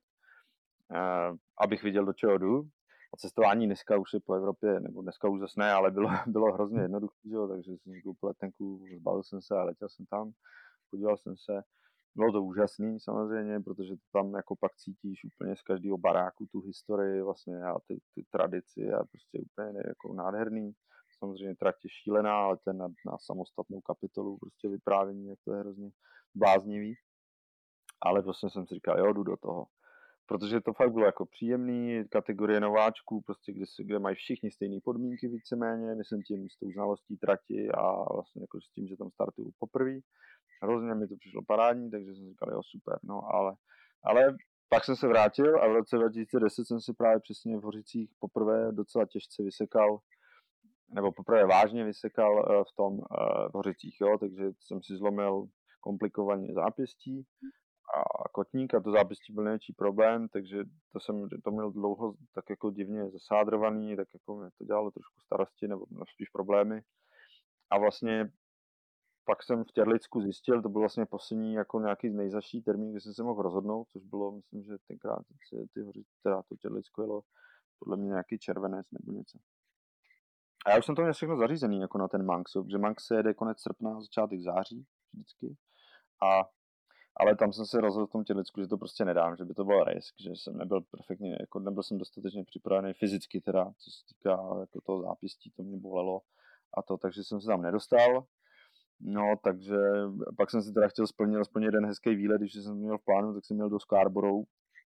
eh, abych viděl, do čeho jdu. A cestování dneska už je po Evropě, nebo dneska už zase ne, ale bylo, bylo hrozně jednoduché, takže jsem si koupil letenku, zbalil jsem se a letěl jsem tam. Podíval jsem se, bylo to úžasný samozřejmě, protože to tam jako pak cítíš úplně z každého baráku tu historii vlastně a ty, ty tradici a prostě úplně jako nádherný. Samozřejmě trať je šílená, ale to je na, na samostatnou kapitolu prostě vyprávění, jak to je hrozně bláznivý. Ale vlastně jsem si říkal, jo, jdu do toho. Protože to fakt bylo jako příjemný, kategorie nováčků, prostě kde, kde mají všichni stejné podmínky víceméně, myslím tím s tou znalostí trati a vlastně jako s tím, že tam startuju poprvé. Hrozně mi to přišlo parádní, takže jsem říkal, jo, super, no, ale, ale pak jsem se vrátil a v roce dva tisíce deset jsem si právě přesně v Hořicích poprvé docela těžce vysekal, nebo poprvé vážně vysekal v tom v Hořicích, jo, takže jsem si zlomil komplikovaně zápěstí a kotník a to zápěstí byl největší problém, takže to jsem to měl dlouho tak jako divně zasádrovaný, tak jako mě to dělalo trošku starosti nebo spíš problémy a vlastně pak jsem v Těrlicku zjistil, to byl vlastně poslední jako nějaký nejzaší termín, kdy jsem se mohl rozhodnout, což bylo, myslím, že tenkrát ty hoři, teda to Těrlicko jelo podle mě nějaký červenec nebo něco. A já už jsem to měl všechno zařízený jako na ten Manx, protože Manx se jede konec srpna, začátek září vždycky. A, ale tam jsem se rozhodl v tom Těrlicku, že to prostě nedám, že by to byl risk, že jsem nebyl perfektně, jako nebyl jsem dostatečně připravený fyzicky teda, co se týká jako toho zápěstí, to mě bolelo a to, takže jsem se tam nedostal. No, takže pak jsem si teda chtěl splnit aspoň jeden hezký výlet, když jsem měl v plánu, tak jsem měl do Scarborough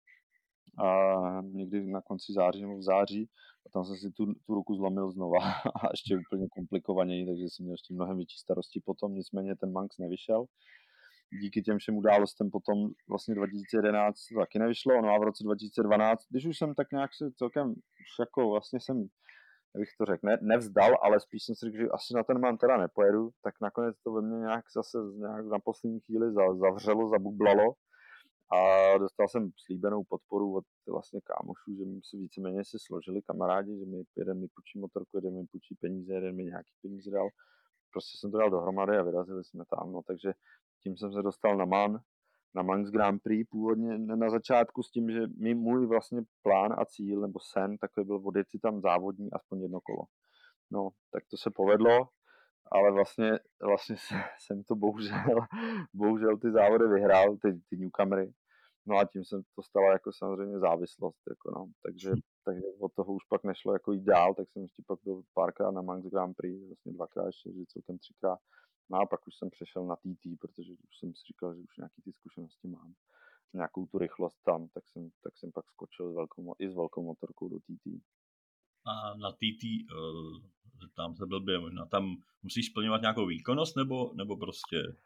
a někdy na konci září nebo v září a tam jsem si tu, tu ruku zlomil znova a ještě úplně komplikovaněji, takže jsem měl ještě mnohem větší starosti potom, nicméně ten Manx nevyšel. Díky těm všem událostem potom vlastně dva tisíce jedenáct to taky nevyšlo, no a v roce dva tisíce dvanáct, když už jsem tak nějak se celkem, už jako vlastně jsem bych to řekl, ne, nevzdal, ale spíš jsem si řekl, že asi na ten Man teda nepojedu, tak nakonec to ve mně nějak zase nějak na poslední chvíli zavřelo, zabublalo a dostal jsem slíbenou podporu od vlastně kámošů, že mi se víceméně si složili kamarádi, že mi jeden mi půjčí motorku, jeden mi půjčí peníze, jeden mi nějaký peníze dal. Prostě jsem to dal dohromady a vyrazili jsme tam, no, takže tím jsem se dostal na Man, na Manx Grand Prix původně na začátku s tím, že mi můj vlastně plán a cíl nebo sen takový byl odjet si tam závodní aspoň jedno kolo. No, tak to se povedlo, ale vlastně, vlastně jsem to bohužel, bohužel ty závody vyhrál, ty, ty newcomery. No a tím jsem to stala jako samozřejmě závislost, jako no. takže, takže od toho už pak nešlo jako jít dál, tak jsem ještě pak byl párkrát na Manx Grand Prix, vlastně dvakrát ještě, že celkem třikrát. No a pak už jsem přešel na T T, protože už jsem si říkal, že už nějaký ty zkušenosti mám. Nějakou tu rychlost tam, tak jsem, tak jsem pak skočil s velkou, i s velkou motorkou do T T. A na T T, uh, tam se blbě, možná tam musíš splňovat nějakou výkonnost, nebo, nebo prostě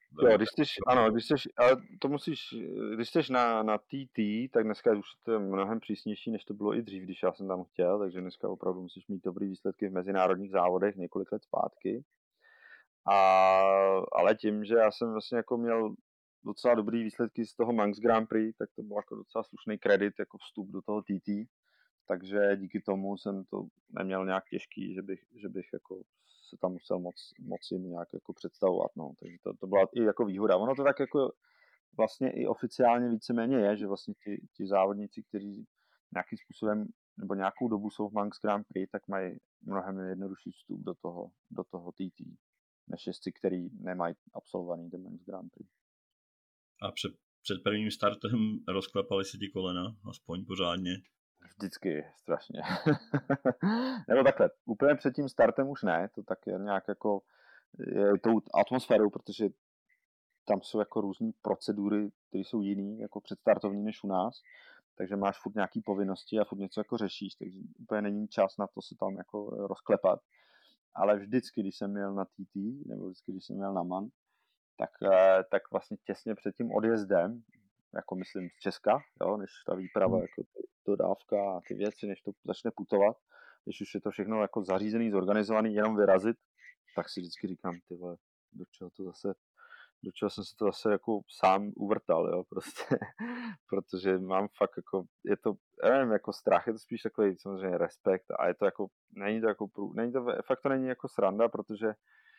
Jo, když jsi, ano, když jsi, ale to musíš, když jsi na, na T T, tak dneska už to je mnohem přísnější, než to bylo i dřív, když já jsem tam chtěl, takže dneska opravdu musíš mít dobrý výsledky v mezinárodních závodech několik let zpátky. A, ale tím, že já jsem vlastně jako měl docela dobrý výsledky z toho Manx Grand Prix, tak to byl jako docela slušný kredit, jako vstup do toho T T. Takže díky tomu jsem to neměl nějak těžký, že bych, že bych jako se tam musel moc, moc jim nějak jako představovat. No. Takže to, to byla i jako výhoda. Ono to tak jako vlastně i oficiálně víceméně je, že vlastně ti, ti závodníci, kteří nějakým způsobem nebo nějakou dobu jsou v Manx Grand Prix, tak mají mnohem jednodušší vstup do toho, do toho T T, než jezdci, který nemají absolvovaný ten Manx Grand Prix. A před, před prvním startem rozklepali se ti kolena, aspoň pořádně? Vždycky strašně. Nebo takhle, úplně před tím startem už ne, to tak je nějak jako je tou atmosférou, protože tam jsou jako různý procedury, které jsou jiný, jako předstartovní než u nás, takže máš furt nějaký povinnosti a furt něco jako řešíš, takže úplně není čas na to se tam jako rozklepat. Ale vždycky, když jsem měl na T T, nebo vždycky, když jsem měl na MAN, tak, tak vlastně těsně před tím odjezdem, jako myslím z Česka, jo, než ta výprava, jako dodávka a ty věci, než to začne putovat, když už je to všechno jako zařízený, zorganizovaný, jenom vyrazit, tak si vždycky říkám, ty vole, do čeho to zase, do čeho jsem se to zase jako sám uvrtal, jo, prostě, protože mám fakt jako, je to, já nevím, jako strach, je to spíš takový samozřejmě respekt a je to jako, není to jako, není to, fakt to není jako sranda, protože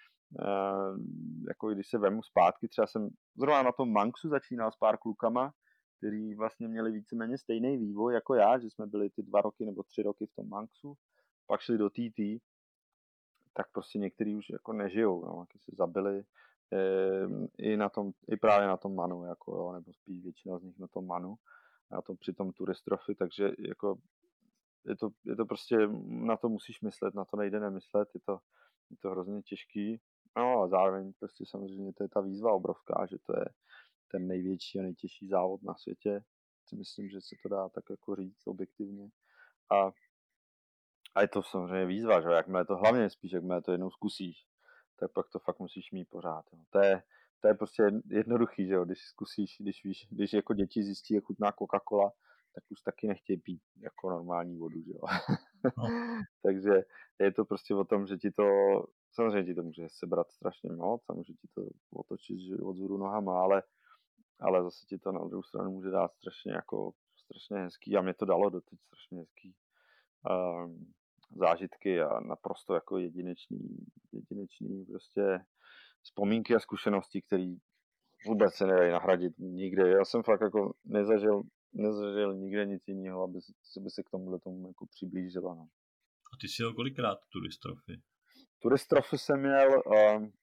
Uh, jako když se vemu zpátky, třeba jsem zrovna na tom Manxu začínal s pár klukama, kteří vlastně měli víceméně stejný vývoj jako já, že jsme byli ty dva roky nebo tři roky v tom Manxu, pak šli do T T, tak prostě někteří už jako nežijou, no, jak se zabili e, i, na tom, i právě na tom Manu, jako, jo, nebo spíš většina z nich na tom Manu, na tom při tom Turistrofy, takže jako je to, je to prostě, na to musíš myslet, na to nejde nemyslet, je to, je to hrozně těžký. No a zároveň prostě samozřejmě to je ta výzva obrovská, že to je ten největší a nejtěžší závod na světě. Si myslím, že se to dá tak jako říct objektivně. A, a je to samozřejmě výzva, že jakmile to hlavně spíš, jakmile to jednou zkusíš, tak pak to fakt musíš mít pořád. Jo. To je, to je prostě jednoduchý, že jo, když zkusíš, když víš, když jako děti zjistí, jak chutná Coca-Cola, tak už taky nechtějí pít jako normální vodu, že jo. No. Takže je to prostě o tom, že ti to, samozřejmě ti to může sebrat strašně moc a může ti to otočit od zhůru nohama, ale, ale zase ti to na druhou stranu může dát strašně jako, strašně hezký a mě to dalo doteď strašně hezký um, zážitky a naprosto jako jedinečný, jedinečný prostě vzpomínky a zkušenosti, které vůbec se nedají nahradit nikde. Já jsem fakt jako nezažil, nezažil nikde nic jiného, aby se, by se k tomuhle tomu jako přiblížila. No. A ty jsi jel kolikrát Turistrofy? Turistrofy jsem měl, um,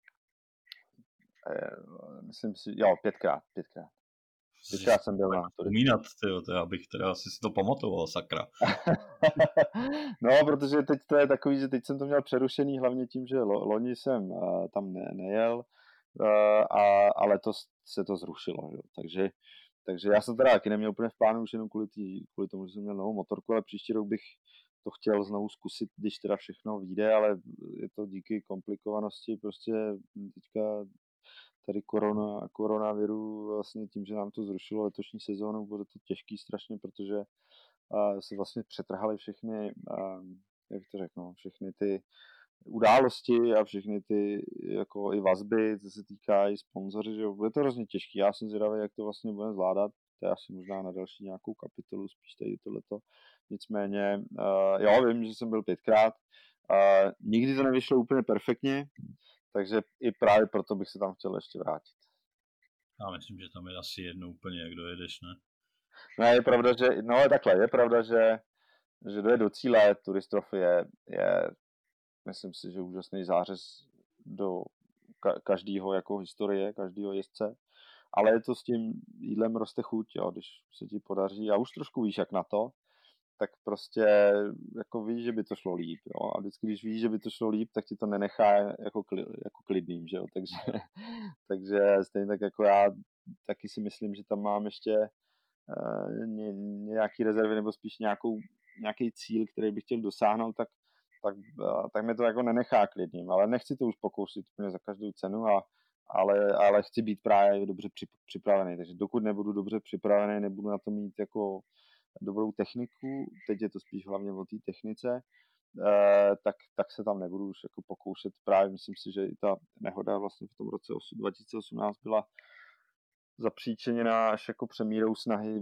eh, myslím si, jo, pětkrát, pětkrát. Pětkrát jsem byl na Turistrofy. To já bych teda asi si to pamatoval, sakra. No, protože teď to je takový, že teď jsem to měl přerušený hlavně tím, že lo, loni jsem uh, tam ne, nejel, uh, a, a letos se to zrušilo, jo. Takže, takže já jsem teda taky neměl úplně v plánu už jenom kvůli, tý, kvůli tomu, že jsem měl novou motorku, ale příští rok bych to chtěl znovu zkusit, když teda všechno vyjde, ale je to díky komplikovanosti prostě teďka tady korona, koronaviru vlastně tím, že nám to zrušilo letošní sezónu, bude to těžký strašně, protože uh, se vlastně přetrhaly všechny, uh, jak to řeknu, všechny ty události a všechny ty jako i vazby, co se týká i sponzoři, že bude to hrozně těžký. Já jsem zvědavý, jak to vlastně budeme zvládat. To je asi možná na další nějakou kapitolu, spíš tady tohleto. Nicméně, uh, jo, vím, že jsem byl pětkrát. Uh, nikdy to nevyšlo úplně perfektně, takže i právě proto bych se tam chtěl ještě vrátit. Já myslím, že tam je asi jedno úplně, jak dojedeš, ne? No je pravda, že, no je takhle, je pravda, že, že dojet do cíle Turistrofy je, je myslím si, že úžasný zářez do ka- každého jako historie, každého jezdce, ale je to s tím jídlem roste chuť, jo, když se ti podaří a už trošku víš jak na to, tak prostě jako víš, že by to šlo líp, jo, a vždycky, když víš, že by to šlo líp, tak ti to nenechá jako, kli- jako klidným, že jo, takže, takže stejně tak jako já taky si myslím, že tam mám ještě uh, ně, nějaký rezervy nebo spíš nějakou, nějaký cíl, který bych chtěl dosáhnout, tak tak, tak mě to jako nenechá klidným, ale nechci to už pokoušet úplně za každou cenu a, ale, ale chci být právě dobře připravený, takže dokud nebudu dobře připravený, nebudu na to mít jako dobrou techniku, teď je to spíš hlavně o té technice, eh, tak, tak se tam nebudu už jako pokoušet. Právě myslím si, že i ta nehoda vlastně v tom roce dva tisíce osmnáct byla zapříčeněná až jako přemírou snahy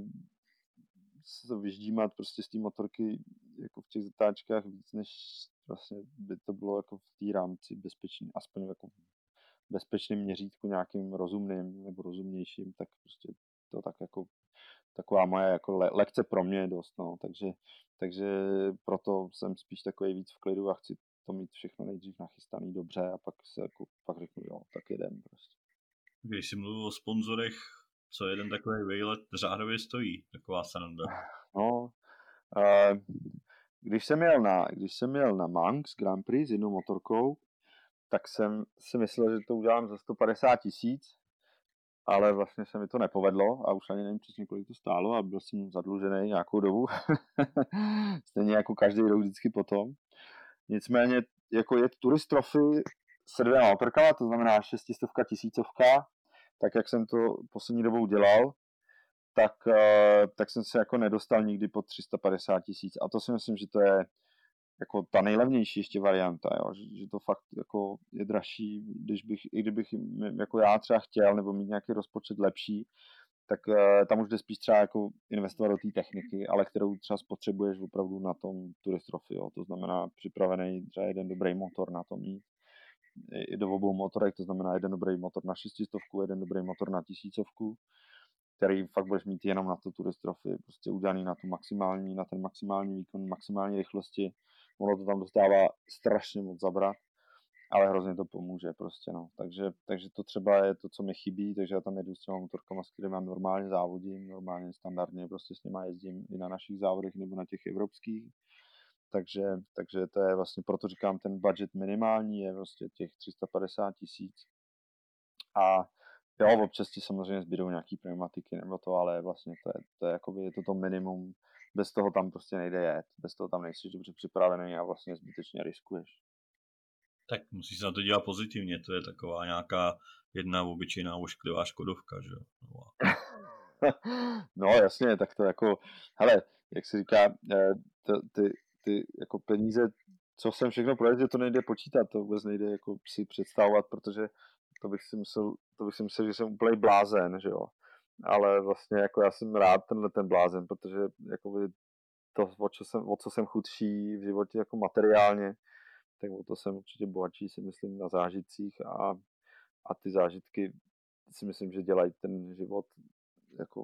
se to vyždímat prostě z té motorky jako v těch zatáčkách víc, než vlastně by to bylo jako v té rámci bezpečný, aspoň jako v bezpečném měřítku nějakým rozumným nebo rozumnějším, tak prostě to tak jako taková moje jako le- lekce pro mě je dost, no, takže, takže proto jsem spíš takový víc v klidu a chci to mít všechno nejdřív nachystaný dobře a pak se jako, pak řeknu, jo, tak jedem prostě. Když jsi mluvil o sponzorech, co jeden takový výlet řádově stojí, taková sranda? No, uh, když jsem jel na, když jsem jel na Manx Grand Prix s jednou motorkou, tak jsem si myslel, že to udělám za sto padesát tisíc, ale vlastně se mi to nepovedlo a už ani nevím přesně, kolik to stálo a byl jsem zadlužený nějakou dobu. Stejně jako každý rok vždycky potom. Nicméně jako je Tourist Trophy se dvěma motorkama, to znamená šestistovka, tisícovka, tak jak jsem to poslední dobou dělal, tak, tak jsem se jako nedostal nikdy pod tři sta padesát tisíc a to si myslím, že to je jako ta nejlevnější ještě varianta, jo? Že, že to fakt jako je dražší, když bych, i kdybych jako já třeba chtěl nebo mít nějaký rozpočet lepší, tak uh, tam už jde spíš třeba jako investovat do té techniky, ale kterou třeba spotřebuješ opravdu na tom Tourist Trophy, jo? To znamená připravený třeba jeden dobrý motor na to mít, i do obou motorek, to znamená jeden dobrý motor na šestistovku, jeden dobrý motor na tisícovku, který fakt budeš mít jenom na to Tourist Trophy, prostě udělaný na tu maximální, na ten maximální výkon, maximální rychlosti. Ono to tam dostává strašně moc zabrat, ale hrozně to pomůže prostě, no. Takže, takže to třeba je to, co mi chybí, takže já tam jedu s těma motorkama, s kterými normálně závodím, normálně standardně prostě s nima jezdím i na našich závodech nebo na těch evropských. Takže, takže to je vlastně, proto říkám, ten budget minimální je vlastně těch tři sta padesát tisíc. A jo, občas ti samozřejmě zbydou nějaký pneumatiky nebo to, ale vlastně to je, to je, jakoby, je to to minimum, bez toho tam prostě nejde jet, bez toho tam nejsi dobře připravený a vlastně zbytečně riskuješ. Tak musíš se na to dělat pozitivně, to je taková nějaká jedna obyčejná ošklivá škodovka, že jo? No jasně, tak to jako, hele, jak se říká, to, ty, ty jako peníze, co jsem všechno projezdil, to nejde počítat, to vůbec nejde jako si představovat, protože to bych si myslel, to bych si myslel, že jsem úplný blázen, že jo. Ale vlastně jako já jsem rád tenhle ten blázen, protože jakoby to, o co jsem, o co jsem chudší v životě jako materiálně, tak o to jsem určitě bohatší, si myslím, na zážitcích a, a ty zážitky si myslím, že dělají ten život jako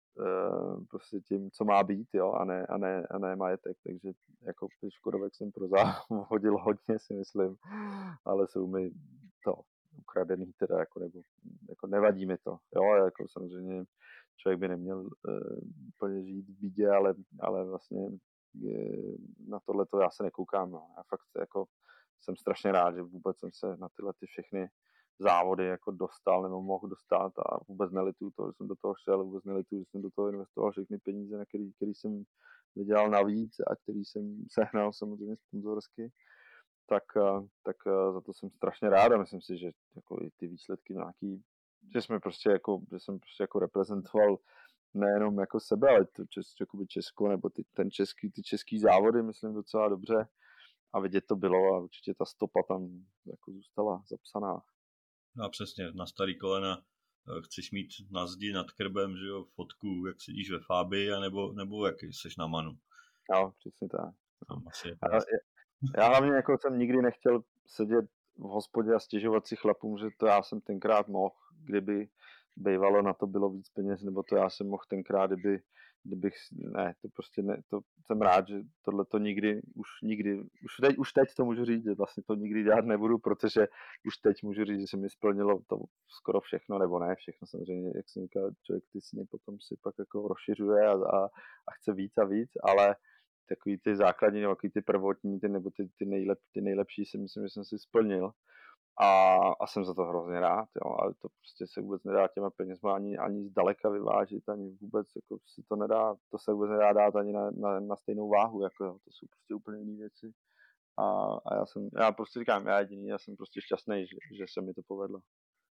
e, prostě tím, co má být, jo, a ne, a ne, a ne majetek, takže jako škodovek jsem prozávodil hodně, si myslím, ale jsou mi to ukradený teda, jako, nebo jako nevadí mi to, jo, jako samozřejmě člověk by neměl e, úplně žít v bídě, ale, ale vlastně je, na tohle to já se nekoukám, no. Já fakt jako jsem strašně rád, že vůbec jsem se na tyhle ty všechny závody jako dostal nebo mohl dostat a vůbec nelituju to, že jsem do toho šel, vůbec nelituju, že jsem do toho investoval všechny peníze, na který, který jsem vydělal navíc a který jsem sehnal samozřejmě sponzorsky, tak, tak za to jsem strašně rád a myslím si, že jako i ty výsledky nějaký, že jsme prostě jako, že jsem prostě jako reprezentoval nejenom jako sebe, ale to čes, jakoby Česko nebo ty, ten český, ty český závody, myslím docela dobře a vidět to bylo a určitě ta stopa tam jako zůstala zapsaná. No a přesně, na starý kolena chceš mít na zdi nad krbem, že jo, fotku, jak sedíš ve Fábii, anebo, nebo jak seš na Manu. No, přesně tak. Já, já hlavně jako jsem nikdy nechtěl sedět v hospodě a stěžovat si chlapům, že to já jsem tenkrát mohl, kdyby bývalo na to bylo víc peněz, nebo to já jsem mohl tenkrát, kdyby, kdybych, ne, to prostě ne, to jsem rád, že tohle to nikdy, už nikdy, už teď, už teď to můžu říct, že vlastně to nikdy dělat nebudu, protože už teď můžu říct, že se mi splnilo to skoro všechno, nebo ne všechno, samozřejmě, jak jsem říkal, člověk ty sny potom si pak jako rozšiřuje a, a, a chce víc a víc, ale takový ty základní, nebo ty prvotní, ty, nebo ty, ty, nejlep, ty nejlepší si myslím, že jsem si splnil. A, a jsem za to hrozně rád, jo, ale to prostě se vůbec nedá těma penězma ani, ani zdaleka vyvážit, ani vůbec jako se to nedá, to se vůbec nedá dát ani na, na, na stejnou váhu, jako jo, to jsou prostě úplně jiné věci. A, a já jsem, já prostě říkám, já jediný, já jsem prostě šťastný, že, že se mi to povedlo.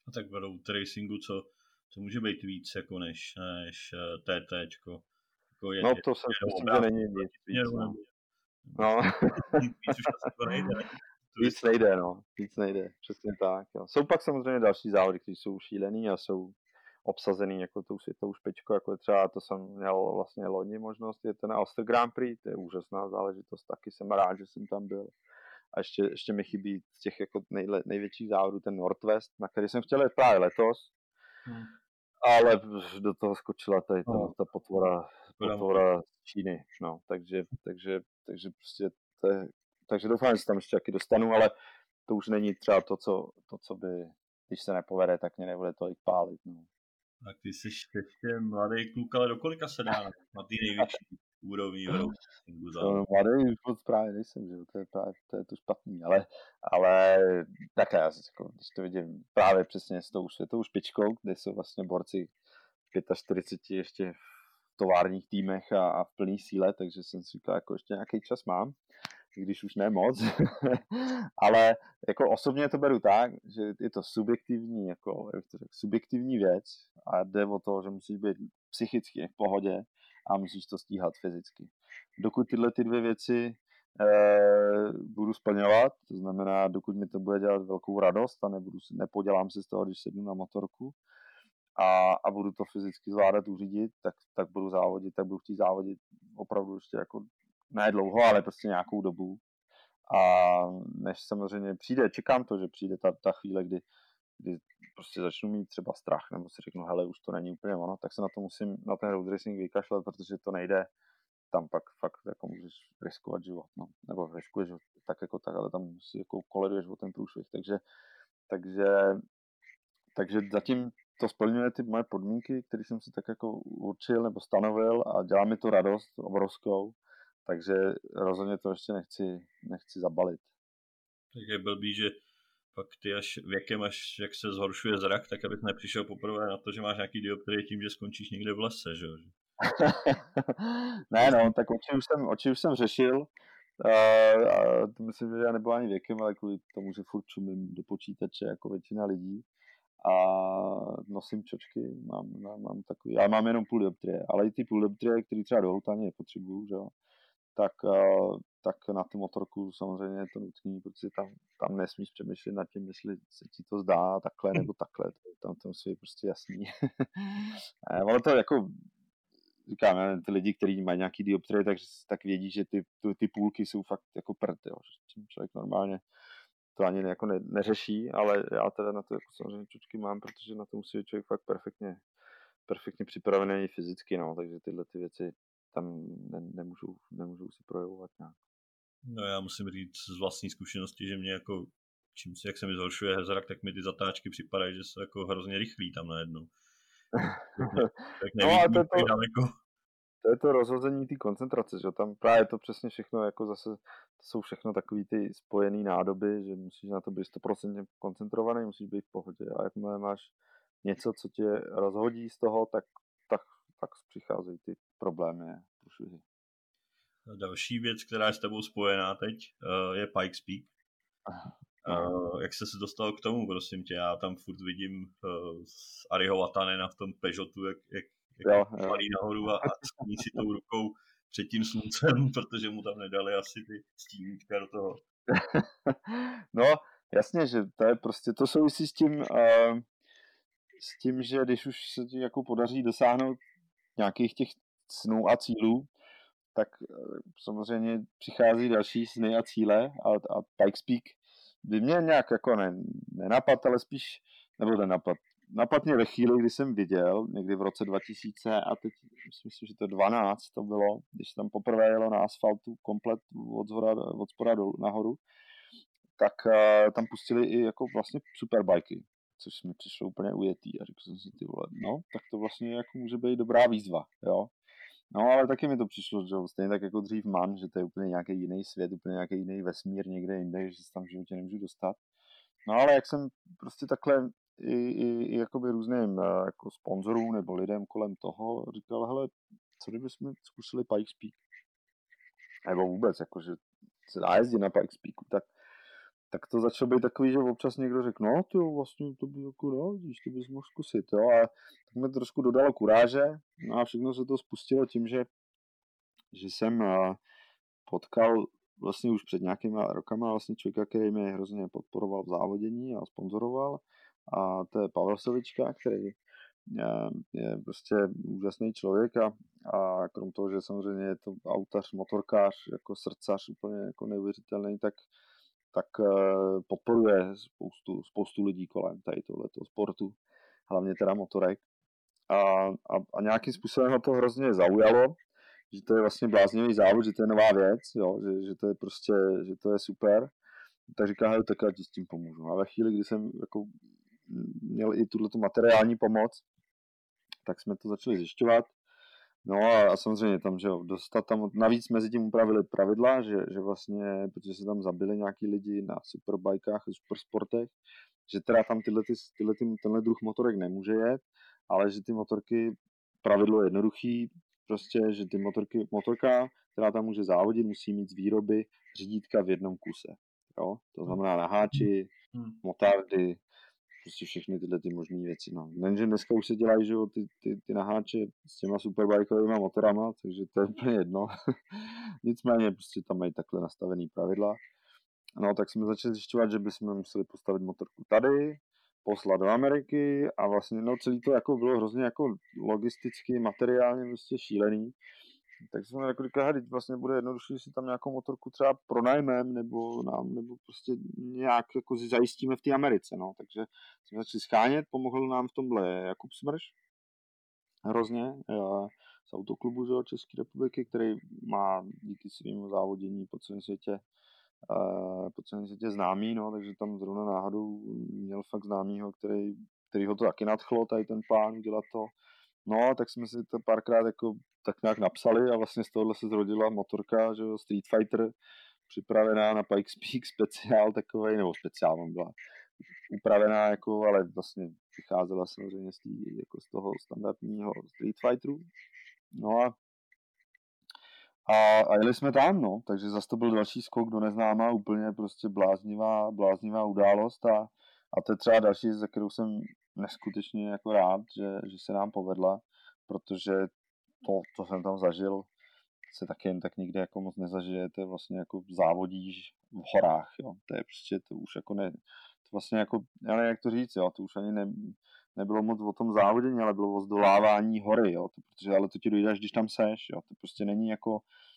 A tak v road racingu, co, co může být víc jako než, než T T čko? Jako je, No je, to si myslím, že obrázky, není nic víc, nebo, no. nebo, No. víc, víc už asi to nejde, ne? Víc nejde, no. Víc nejde, přesně tak. Jo. Jsou pak samozřejmě další závody, které jsou šílený a jsou obsazený jako tou světovou špičkou, jako je třeba, to jsem měl vlastně loni možnost, je ten Ulster Grand Prix, to je úžasná záležitost, taky jsem rád, že jsem tam byl. A ještě, ještě mi chybí z těch jako nejle, největších závodů ten Northwest, na který jsem chtěl jít právě letos, hmm. ale do toho skočila tady ta, ta potvora, potvora z Číny, no, takže, takže, takže prostě to je, takže doufám, že se tam ještě taky dostanu, ale to už není třeba to, co, to, co by, když se nepovede, tak mě nebude tolik pálit, no. Tak ty jsi ještě mladý kluk, ale do kolika se dá na ty největší úrovni v roadingu? No, mladý už moc právě nejsem, že to je právě to, je to špatný, ale, ale tak já jako, když to vidím právě přesně s tou světovou špičkou, kde jsou vlastně borci čtyřicet pět ještě v továrních týmech a, a v plný síle, takže jsem si říkal, jako ještě nějaký čas mám, i když už ne moc, ale jako osobně to beru tak, že je to subjektivní, jako, jak to řek, subjektivní věc a jde o to, že musíš být psychicky v pohodě a musíš to stíhat fyzicky. Dokud tyhle ty dvě věci eh, budu splňovat, to znamená, dokud mi to bude dělat velkou radost a nebudu, nepodělám se z toho, když sednu na motorku a, a budu to fyzicky zvládat uřídit, tak, tak budu závodit, tak budu chtít závodit opravdu ještě jako ne dlouho, ale prostě nějakou dobu. A než samozřejmě přijde, čekám to, že přijde ta, ta chvíle, kdy, kdy prostě začnu mít třeba strach, nebo si řeknu, hele, už to není úplně ono, tak se na to musím, na ten road racing vykašlet, protože to nejde. Tam pak fakt jako můžeš riskovat život, no. Nebo riskuješ život, tak jako tak, ale tam si jako koleduješ o ten průšvih, takže, takže, takže zatím to splňuje ty moje podmínky, které jsem si tak jako určil nebo stanovil a dělá mi to radost obrovskou, takže rozhodně to ještě nechci, nechci zabalit. Tak je blbý, že pak ty až věkem, až jak se zhoršuje zrak, tak abys nepřišel poprvé na to, že máš nějaký dioptrie tím, že skončíš někde v lese, že jo? Ne, no, tak oči už jsem, oči už jsem řešil. Uh, a to myslím, že já nebyl ani věkem, ale kvůli tomu, že furt čumím do počítače jako většina lidí. A nosím čočky, mám, mám, mám takový, já mám jenom půl dioptrie, ale i ty půl dioptrie, které třeba do houtání nepotřebuju, že jo, tak, uh, tak na tu motorku samozřejmě je to nutný, protože tam, tam nesmíš přemýšlet nad tím, jestli se ti to zdá takhle nebo takhle, tam to musí být prostě jasný. Ale to jako říkám, ne, ty lidi, kteří mají nějaký dioptrie, tak, tak vědí, že ty, ty, ty půlky jsou fakt jako prd, jo, že člověk normálně to ani jako ne, neřeší, ale já teda na to jako samozřejmě čočky mám, protože na to musí být člověk fakt perfektně, perfektně připravený fyzicky, no, takže tyhle ty věci tam ne, nemůžou, nemůžou se projevovat nějak. No já musím říct z vlastní zkušenosti, že mě jako, čím se, jak se mi zhoršuje zrak, tak mi ty zatáčky připadají, že jsou jako hrozně rychlí tam najednou. Tak no a to, to, daleko. to je to rozhození té koncentrace, že tam právě to přesně všechno, jako zase, to jsou všechno takový ty spojený nádoby, že musíš na to být sto procent koncentrovaný, musíš být v pohodě a jakmile máš něco, co tě rozhodí z toho, tak, tak, tak přicházejí ty problémy, průšvihy. Další věc, která je s tebou spojená teď, je Pikes Peak. Uh, jak jsi se dostal k tomu, prosím tě, já tam furt vidím uh, z Ariho Vatanena v tom Peugeotu, jak, jak, jak palí nahoru a, a skloní si tou rukou před tím sluncem, protože mu tam nedali asi ty stínítka do toho. No, jasně, že to je prostě, to souvisí s tím, uh, s tím, že když už se ti jako podaří dosáhnout nějakých těch snů a cílů, tak uh, samozřejmě přichází další sny a cíle a, a Pikes Peak by mě nějak jako ne, nenapad, ale spíš, nebo nenapad. Napad mě ve chvíli, kdy jsem viděl, někdy v roce dva tisíce a teď myslím, že to dvanáct to bylo, když tam poprvé jelo na asfaltu komplet od, zhora, od spoda dolů nahoru, tak uh, tam pustili i jako vlastně superbajky, což mi přišlo úplně ujetý a řekl jsem si, ty vole, no, tak to vlastně jako může být dobrá výzva, jo. No, ale taky mi to přišlo, že stejně tak jako dřív Man, že to je úplně nějaký jiný svět, úplně nějaký jiný vesmír někde jinde, že se tam v životě nemůžu dostat. No, ale jak jsem prostě takhle i, i, i jakoby různým jako sponzorům nebo lidem kolem toho říkal, hele, co kdybychom zkusili Pikes Peak? Nebo vůbec, jakože se dá jezdit na Pikes Peaku, tak, tak to začalo být takový, že občas někdo řekl, no ty vlastně to by jako, no, vidíš, to bys mohl zkusit, jo, a tak mi trošku dodalo kuráže, no a všechno se to spustilo tím, že, že jsem uh, potkal vlastně už před nějakýma rokama vlastně člověka, který mě hrozně podporoval v závodění a sponzoroval, a to je Pavel Sovička, který je prostě úžasný člověk a, a krom toho, že samozřejmě je to autař, motorkář, jako srdcař úplně jako neuvěřitelný, tak, tak podporuje spoustu, spoustu lidí kolem tady tohleto sportu, hlavně teda motorek. A, a, a nějakým způsobem ho to hrozně zaujalo, že to je vlastně bláznivý závod, že to je nová věc, jo, že, že to je prostě, že to je super. Tak říká, hej, tak já ti s tím pomůžu. A ve chvíli, kdy jsem jako měl i tuto materiální pomoc, tak jsme to začali zjišťovat. No a, a samozřejmě tam, že jo, dostat tam, navíc mezi tím upravili pravidla, že, že vlastně, protože se tam zabili nějaký lidi na superbajkách a supersportech, že teda tam tyhle, ty, tyhle, ty, tenhle druh motorek nemůže jet, ale že ty motorky, pravidlo je jednoduchý, prostě, že ty motorky, motorka, která tam může závodit, musí mít z výroby řídítka v jednom kuse. Jo? To znamená naháči, motardy, prostě všechny tyhle ty možné věci. No. Nenže dneska už se dělají, že jo, ty, ty, ty naháče s těma superbajkovými motorama, takže to je úplně jedno. Nicméně prostě tam mají takhle nastavený pravidla. No, tak jsme začali zjišťovat, že bychom museli postavit motorku tady, poslat do Ameriky a vlastně no, celý to jako bylo hrozně jako logisticky, materiálně prostě šílený. Tak jsme jako říkali, teď vlastně bude jednodušší, si tam nějakou motorku třeba pronajmem, nebo nám, nebo prostě nějak jako si zajistíme v té Americe, no. Takže jsme začali schánět, pomohl nám v tomhle Jakub Smrš, hrozně, z autoklubu, že, České republiky, který má díky svému závodění po celém světě, po celém světě známý, no, takže tam zrovna náhodou měl fakt známýho, který, který ho to taky nadchlo, tady ten plán udělat to. No, tak jsme si to párkrát jako tak nějak napsali a vlastně z tohohle se zrodila motorka, že jo, Street Fighter, připravená na Pikes Peak speciál takovej, nebo speciál on byla upravená jako, ale vlastně vycházela samozřejmě z, tý, jako z toho standardního Street Fighteru. No a A, a jeli jsme tam, no, takže zase to byl další skok do neznáma, úplně prostě bláznivá, bláznivá událost a, a to je třeba další, za kterou jsem neskutečně jako rád, že, že se nám povedla, protože to, co jsem tam zažil, se taky jen tak nikde jako moc nezažije, to je vlastně jako závodíš v horách, jo, to je prostě, to už jako ne, to vlastně jako, já nevím, jak to říct, jo, to už ani ne, nebylo moc o tom závodění, ale bylo o zdolávání hory, jo, to, protože, ale to ti dojde, až když tam seš, jo, to prostě není jako,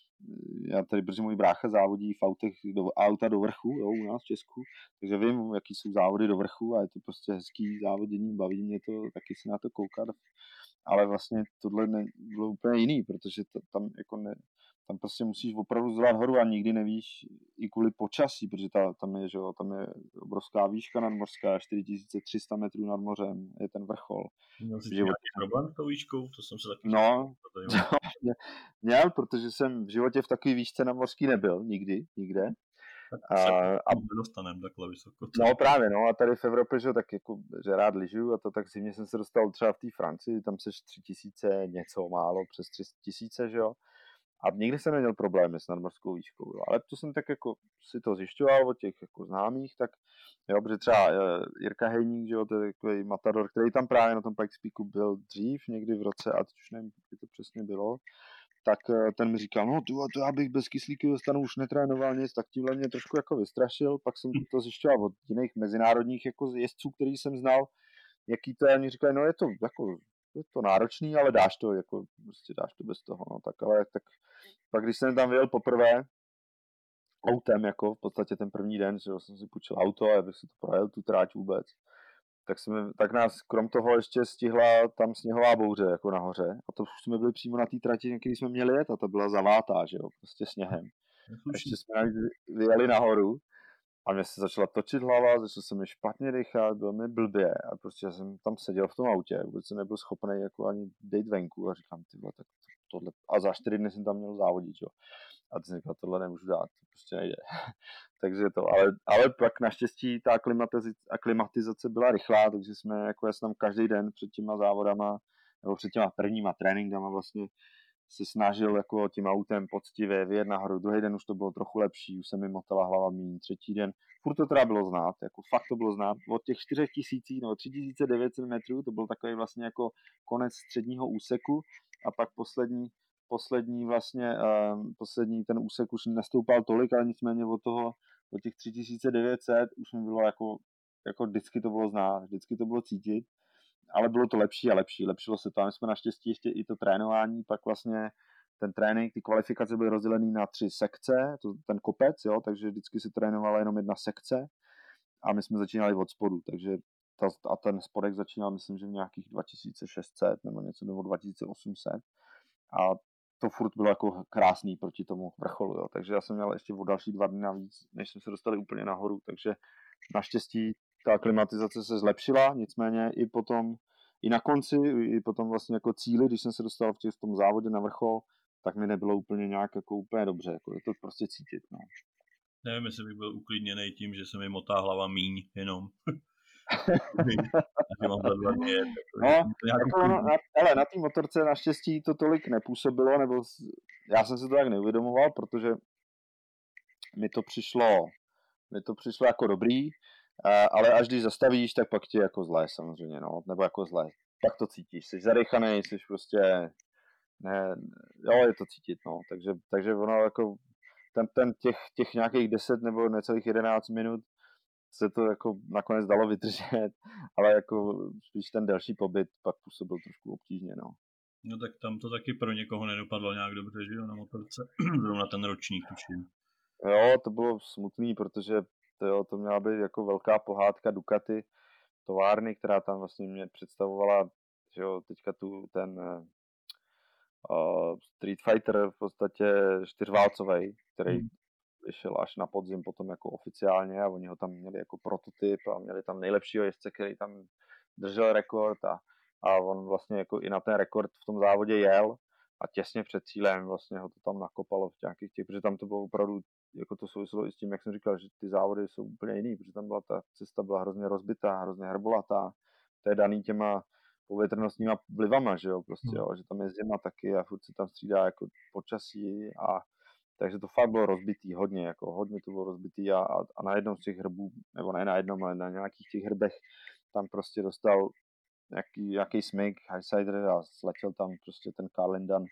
já tady, protože můj brácha závodí v autech do, auta do vrchu, jo, u nás v Česku, takže vím, jaký jsou závody do vrchu a je to prostě hezký závodění, baví mě to, taky se na to koukat, ale vlastně tohle ne, bylo úplně jiný, protože to, tam jako ne, tam prostě musíš opravdu zdolat horu a nikdy nevíš i kvůli počasí, protože ta, tam, je, že jo, tam je obrovská výška nadmořská, čtyři tisíce tři sta metrů nad mořem, je ten vrchol. Měl jsi nějaký problém s tou výškou? To jsem se taky No, no měl, protože jsem v životě v takové výšce nadmořský nebyl, nikdy, nikde. Tak se a, a nedostaneme takhle vysoko. No právě, no a tady v Evropě, že tak jako, že rád lyžuju a to tak zimně jsem se dostal třeba v té Francii, tam seš tři tisíce něco málo, přes tři tisíce, že jo. A nikdy jsem neměl problémy s nadmořskou výškou, jo. Ale to jsem tak jako si to zjišťoval od těch jako známých, tak jo, protože třeba uh, Jirka Hejník, že jo, to je takový matador, který tam právě na tom Pikes Peaku byl dřív, někdy v roce, a teď už nevím, kdy to přesně bylo, tak uh, ten mi říkal, no tu, to já bych bez kyslíkového stanu už netrénoval nic, tak tímhle mě trošku jako vystrašil, pak jsem to zjišťoval od jiných mezinárodních jako jezdců, který jsem znal, jaký to je, oni říkali, no je to jako je to náročný, ale dáš to, jako prostě dáš to bez toho, no, tak ale tak pak když jsem tam vyjel poprvé autem, jako v podstatě ten první den, že jsem si půjčil auto a bych si to projel tu tráť vůbec, tak, jsme, tak nás krom toho ještě stihla tam sněhová bouře jako nahoře a to už jsme byli přímo na té trati, který jsme měli jet a ta byla zavátá, že jo, prostě sněhem. A ještě jsme vyjeli nahoru a mě se začala točit hlava, začal jsem mi špatně dýchat, bylo mi blbě a prostě jsem tam seděl v tom autě, vůbec jsem nebyl schopný jako ani dejt venku a říkám, ty vole, tak tohle, a za čtyři dny jsem tam měl závodit, jo. A ty jsem říkal, tohle nemůžu dát, to prostě nejde. Takže to, ale, ale pak naštěstí ta aklimatizace, aklimatizace byla rychlá, takže jsme, jako já jsem tam každý den před těma závodama, nebo před těma prvníma tréninkama vlastně se snažil jako tím autem poctivě vyjet nahoru. Druhý den už to bylo trochu lepší, už se mi motala hlava míň. Třetí den, furt to teda bylo znát, jako fakt to bylo znát. Od těch čtyři tisíce nebo tři tisíce devět set metrů, to byl takový vlastně jako konec středního úseku a pak poslední, poslední vlastně, um, poslední ten úsek už nestoupal tolik, ale nicméně od toho, od těch tři tisíce devět set už mi bylo jako, jako vždycky to bylo znát, vždycky to bylo cítit. Ale bylo to lepší a lepší, lepšilo se to. A my jsme naštěstí ještě i to trénování, pak vlastně ten trénink, ty kvalifikace byly rozdělený na tři sekce, to, ten kopec, jo, takže vždycky se trénovala jenom jedna sekce a my jsme začínali od spodu, takže ta, a ten spodek začínal, myslím, že v nějakých dva tisíce šest set nebo něco, nebo dva tisíce osm set a to furt bylo jako krásný proti tomu vrcholu, jo, takže já jsem měl ještě o další dva dny navíc, než jsme se dostali úplně nahoru, takže naštěstí ta klimatizace se zlepšila, nicméně i potom, i na konci, i potom vlastně jako cíli, když jsem se dostal v, těch, v tom závodě na vrchol, tak mi nebylo úplně nějak jako úplně dobře, jako je to prostě cítit, no. Nevím, jestli bych byl uklidněný tím, že se mi motá hlava míň, jenom. no, jako no, na, ale na té motorce naštěstí to tolik nepůsobilo, nebo já jsem si to tak neuvědomoval, protože mi to přišlo, mi to přišlo jako dobrý, ale až když zastavíš, tak pak ti jako zlé samozřejmě, no, nebo jako zlé. Pak to cítíš, jsi zarychanej, jsi prostě, ne, jo, je to cítit, no, takže, takže ono jako, ten, ten těch, těch nějakých deset nebo necelých jedenáct minut se to jako nakonec dalo vydržet, ale jako spíš ten další pobyt pak působil trošku obtížně, no. No tak tam to taky pro někoho nedopadlo nějak dobře, že jo, na motorce, zrovna ten ročník tuším. Jo, to bylo smutný, protože to, jo, to měla být jako velká pohádka Ducati továrny, která tam vlastně mě představovala, že jo, teďka tu ten uh, Street Fighter v podstatě čtyřválcovej, který hmm. vyšel až na podzim potom jako oficiálně a oni ho tam měli jako prototyp a měli tam nejlepšího jezdce, který tam držel rekord a, a on vlastně jako i na ten rekord v tom závodě jel a těsně před cílem vlastně ho to tam nakopalo v nějakých těch, protože tam to bylo opravdu, jako to souviselo i s tím, jak jsem říkal, že ty závody jsou úplně jiný, protože tam byla ta cesta byla hrozně rozbitá, hrozně hrbolatá, to je daný těma povětrnostníma vlivama, že jo, prostě, jo, že tam je zima taky a furt se tam střídá jako počasí a takže to fakt bylo rozbitý hodně, jako hodně to bylo rozbitý a, a, a na jednom z těch hrbů, nebo ne na jednom, ale na nějakých těch hrbech tam prostě dostal nějaký, nějaký smyk, highsider a sletěl tam prostě ten Carlindan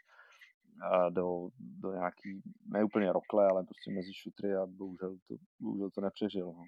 do, do nějaký, ne úplně rokle, ale prostě mezi šutry a bohužel to, bohužel to nepřežil. No.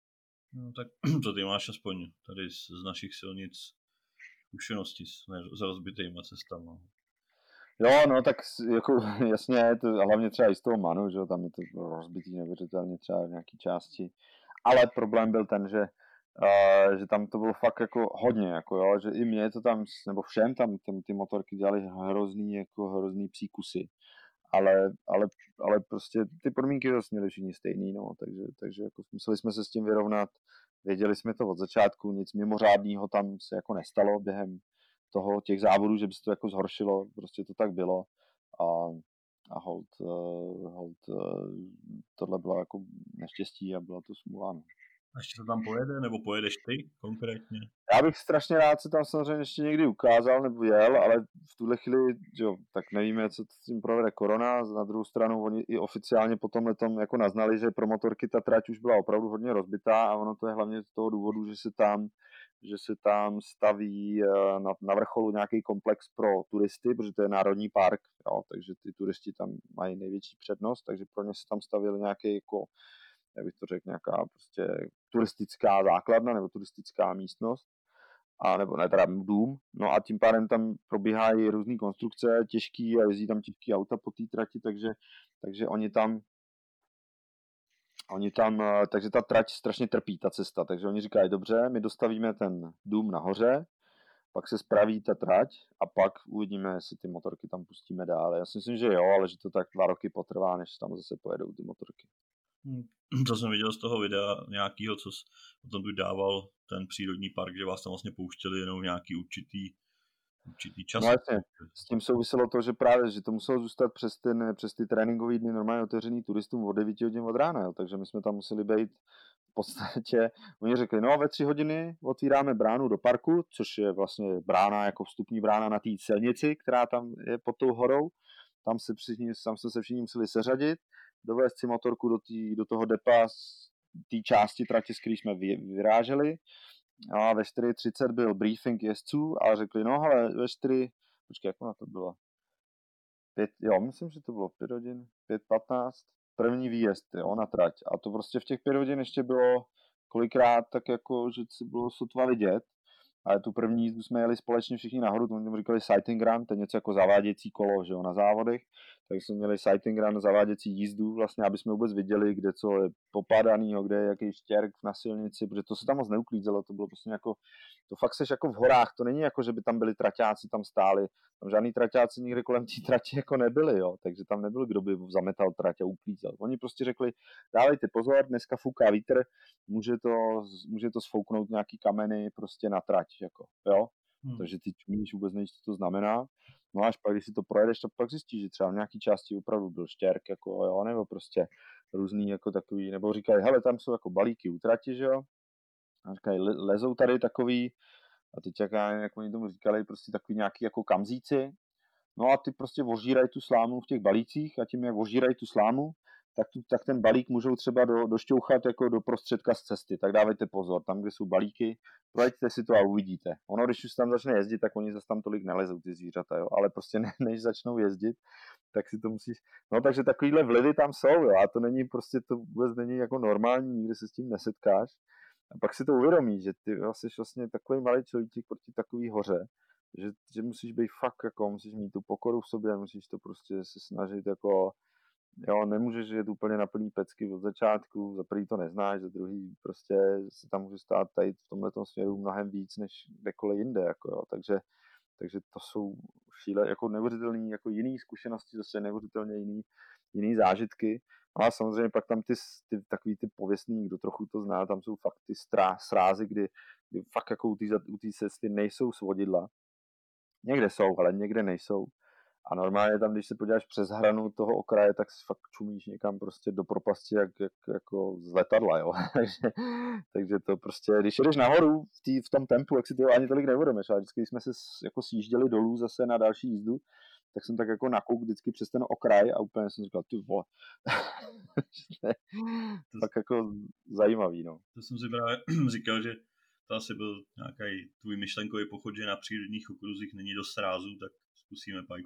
No tak to ty máš aspoň tady z, z našich silnic zkušenosti s, s rozbitýma cestama. Jo, no tak jako jasně, to, hlavně třeba i z toho Manu, že jo, tam je to rozbitý neuvěřitelně třeba v nějaký části. Ale problém byl ten, že, uh, že tam to bylo fakt jako hodně, jako jo, že i mě to tam, nebo všem tam ty, ty motorky dělali hrozný, jako hrozný psí kusy. Ale, ale, ale prostě ty podmínky zase měly všichni stejný, no, takže, takže jako museli jsme se s tím vyrovnat. Věděli jsme to od začátku, nic mimořádného tam se jako nestalo během toho, těch závodů, že by se to jako zhoršilo, prostě to tak bylo a, a hold, uh, hold uh, tohle bylo jako neštěstí a byla to smůla. No. A ještě to tam pojede, nebo pojedeš ty konkrétně? Já bych strašně rád se tam samozřejmě ještě někdy ukázal nebo jel, ale v tuhle chvíli, jo, tak nevíme, co s tím provede korona. Na druhou stranu oni i oficiálně potom letom jako naznali, že pro motorky ta trať už byla opravdu hodně rozbitá a ono to je hlavně z toho důvodu, že se tam že se tam staví na, na vrcholu nějaký komplex pro turisty, protože to je národní park, jo, takže ty turisti tam mají největší přednost, takže pro ně se tam stavil nějaký, jako, jak bych to řekl, nějaká prostě turistická základna nebo turistická místnost, a nebo ne, teda dům, no a tím pádem tam probíhají různý konstrukce těžký a jezdí tam těžký auta po té trati, takže, takže oni tam Oni tam, takže ta trať strašně trpí, ta cesta, takže oni říkají, dobře, my dostavíme ten dům nahoře, pak se spraví ta trať a pak uvidíme, jestli ty motorky tam pustíme dál. Já si myslím, že jo, ale že to tak dva roky potrvá, než tam zase pojedou ty motorky. To jsem viděl z toho videa nějakého, co potom tu dával ten přírodní park, že vás tam vlastně pouštěli jenom v nějaký určitý určitý čas. No jasně, s tím souviselo to, že právě, že to muselo zůstat přes, ten, přes ty tréninkové dny normálně otevřený turistům od devět hodin od rána, jo. Takže my jsme tam museli být v podstatě, oni řekli, no ve tři hodiny otvíráme bránu do parku, což je vlastně brána jako vstupní brána na té silnici, která tam je pod tou horou, tam, se všichni, tam jsme se všichni museli seřadit, dovést si motorku do, tý, do toho depa té části tratě, z které jsme vy, vyráželi. A ve čtyři třicet byl briefing jezdců a řekli, no hele, ve čtyři, počkej, jak ona to bylo? Pět, jo, myslím, že to bylo pět hodin, pět patnáct, první výjezd, jo, na trať. A to prostě v těch pět hodin ještě bylo kolikrát tak jako, že si bylo sotva vidět. Ale tu první jízdu jsme jeli společně všichni nahoru, to tomu říkali sighting run, to je něco jako zaváděcí kolo, že jo, na závodech. Tak jsme měli sighting run, zaváděcí jízdu, vlastně, aby jsme vůbec viděli, kde co je popadanýho, kde je jaký štěrk na silnici, protože to se tam moc neuklízelo, to bylo prostě jako, to fakt seš jako v horách, to není jako, že by tam byli traťáci, tam stáli, tam žádný traťáci nikde kolem té trati jako nebyli, jo, takže tam nebyl, kdo by zametal trať a uklízel. Oni prostě řekli, dávejte pozor, dneska fouká vítr, může to, může to sfouknout nějaký kameny prostě na trať, jako, jo, hmm. takže ty čumíš, vůbec nevíš, co to znamená. No až pak, když si to projedeš, tak pak zjistíš, že třeba v nějaký části opravdu byl štěrk, jako jo, nebo prostě různý jako takový, nebo říkají, hele, tam jsou jako balíky utrati, že jo, a říkají, lezou tady takový, a teď jak, jak oni tomu říkali, prostě takový nějaký jako kamzíci, no a ty prostě ožírají tu slámu v těch balících a tím, jak ožírají tu slámu, tak, tu, tak ten balík můžou třeba do, došťouchat jako do prostředka z cesty, tak dávejte pozor, tam, kde jsou balíky, projďte si to a uvidíte. Ono, když už tam začne jezdit, tak oni zase tam tolik nelezou, ty zvířata, jo, ale prostě ne, než začnou jezdit, tak si to musíš, no takže takovýhle vlivy tam jsou, jo, a to není prostě, to vůbec není jako normální, nikdy se s tím nesetkáš. A pak si to uvědomíš, že ty jsi vlastně takový malý človíček proti takový hoře, že, že musíš být fakt jako, musíš mít tu pokoru v sobě, musíš to prostě se snažit jako, jo, nemůžeš žít úplně na plný pecky od začátku, za prvý to neznáš, za druhý prostě se tam může stát tady v tomhletom směru mnohem víc než kdekoliv jinde, jako jo, takže, takže to jsou šíle, jako neuvěřitelný, jako jiný zkušenosti, zase neuvěřitelně jiný, jiný zážitky. No a samozřejmě pak tam ty, ty takový ty pověstný, kdo trochu to zná, tam jsou fakt ty strá, srázy, kdy, kdy fakt jako u té cesty nejsou svodidla. Někde jsou, ale někde nejsou. A normálně tam, když se podíváš přes hranu toho okraje, tak si fakt čumíš někam prostě do propasti, jak, jak jako z letadla, jo. takže, takže to prostě, když jedeš nahoru v, tý, v tom tempu, jak si to ani tolik neuvědomíš, ale vždycky, když jsme se jako sjížděli dolů zase na další jízdu, tak jsem tak jako nakouk vždycky přes ten okraj a úplně jsem říkal, ty vole. tak jako zajímavý, no. To jsem si právě říkal, že to asi byl nějaký tvůj myšlenkový pochod, že na přírodních okruzích není dost srázů, tak zkusíme pak.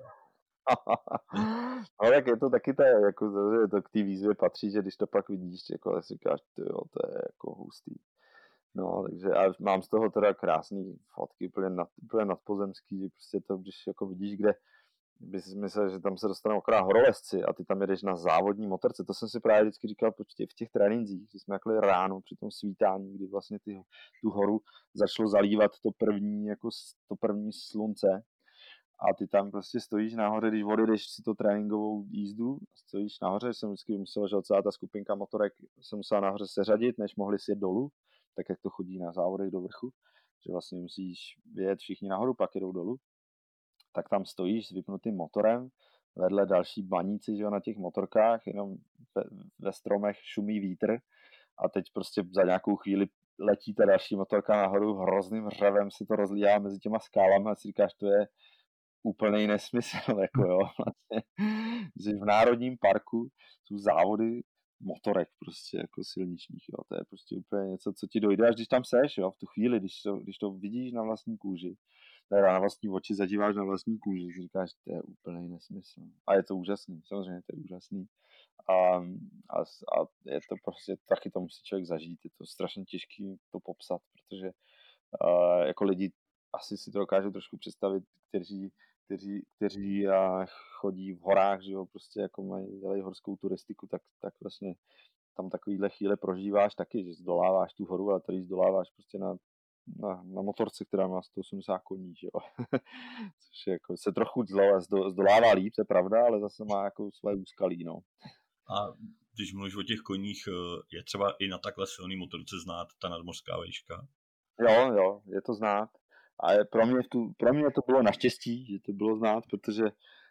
no tak je to taky to, jako, že to k té výzvě patří, že když to pak vidíš, jako si říkáš, tyjo, to je jako hustý. No, takže a mám z toho teda krásný fotky, úplně, nad, úplně nadpozemský, že prostě to, když jako vidíš, kde bys si myslel, že tam se dostanou okrát horolezci a ty tam jedeš na závodní motorce. To jsem si právě vždycky říkal v těch trénincích, že jsme jakli ráno při tom svítání, kdy vlastně ty, tu horu začalo zalívat to první, jako to první slunce. A ty tam prostě stojíš nahoře, když odjedeš si to tréninkovou jízdu, stojíš nahoře, jsem vždycky myslel, že celá ta skupinka motorek se musela nahoře seřadit, než mohli sjet dolů, tak jak to chodí na závodech do vrchu, že vlastně musíš vyjet všichni nahoru, pak jedou dolů. Tak tam stojíš s vypnutým motorem, vedle další baníci, že jo, na těch motorkách, jenom ve, ve stromech šumí vítr a teď prostě za nějakou chvíli letí ta další motorka nahoru, hrozným řevem se to rozlívá mezi těma skálami a si říkáš, to je úplný nesmysl, jako jo, vlastně, že v národním parku jsou závody motorek prostě jako silničních, jo, to je prostě úplně něco, co ti dojde, až když tam seš, jo, v tu chvíli, když to, když to vidíš na vlastní kůži, teda na vlastní oči zadíváš na vlastní kůži, si říkáš, to je úplný nesmysl. A je to úžasný, samozřejmě to je úžasný. A, a, a je to prostě, taky to musí člověk zažít, je to strašně těžký to popsat, protože uh, jako lidi asi si to dokážou trošku představit, kteří, kteří, kteří uh, chodí v horách, že jo, prostě jako mají, dělají horskou turistiku, tak, tak vlastně tam takovýhle chvíle prožíváš taky, že zdoláváš tu horu, ale tady zdoláváš prostě na Na, na motorce, která má sto osmdesát koní, že jo. Což je jako, se trochu zdolává líp, to je pravda, ale zase má jako své úskalí, no. A když mluvíš o těch koních, je třeba i na takhle silný motorce znát ta nadmořská výška? Jo, jo, je to znát. A je, pro, mě tu, pro mě to bylo naštěstí, že to bylo znát, protože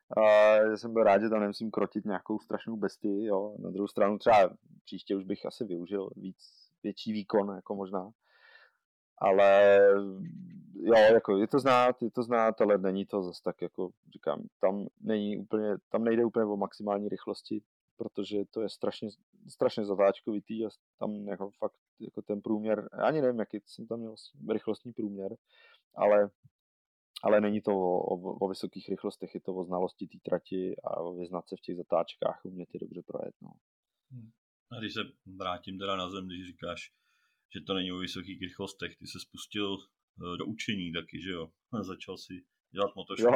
uh, jsem byl rád, že tam nemusím krotit nějakou strašnou bestii, jo. Na druhou stranu třeba příště už bych asi využil víc, větší výkon, jako možná. Ale jo, jako je to znát, je to znát, ale není to zase tak, jako říkám, tam není úplně, tam nejde úplně o maximální rychlosti, protože to je strašně, strašně zatáčkovitý a tam jako fakt jako ten průměr, ani nevím, jaký jsem tam měl rychlostní průměr, ale, ale není to o, o, o vysokých rychlostech, je to o znalosti té trati a o vyznat se v těch zatáčkách, umět je dobře projet. No. A když se vrátím teda na zem, když říkáš, že to není o vysokých rychlostech, ty se spustil do učení taky, že jo? A začal si dělat motoškolu. Jo.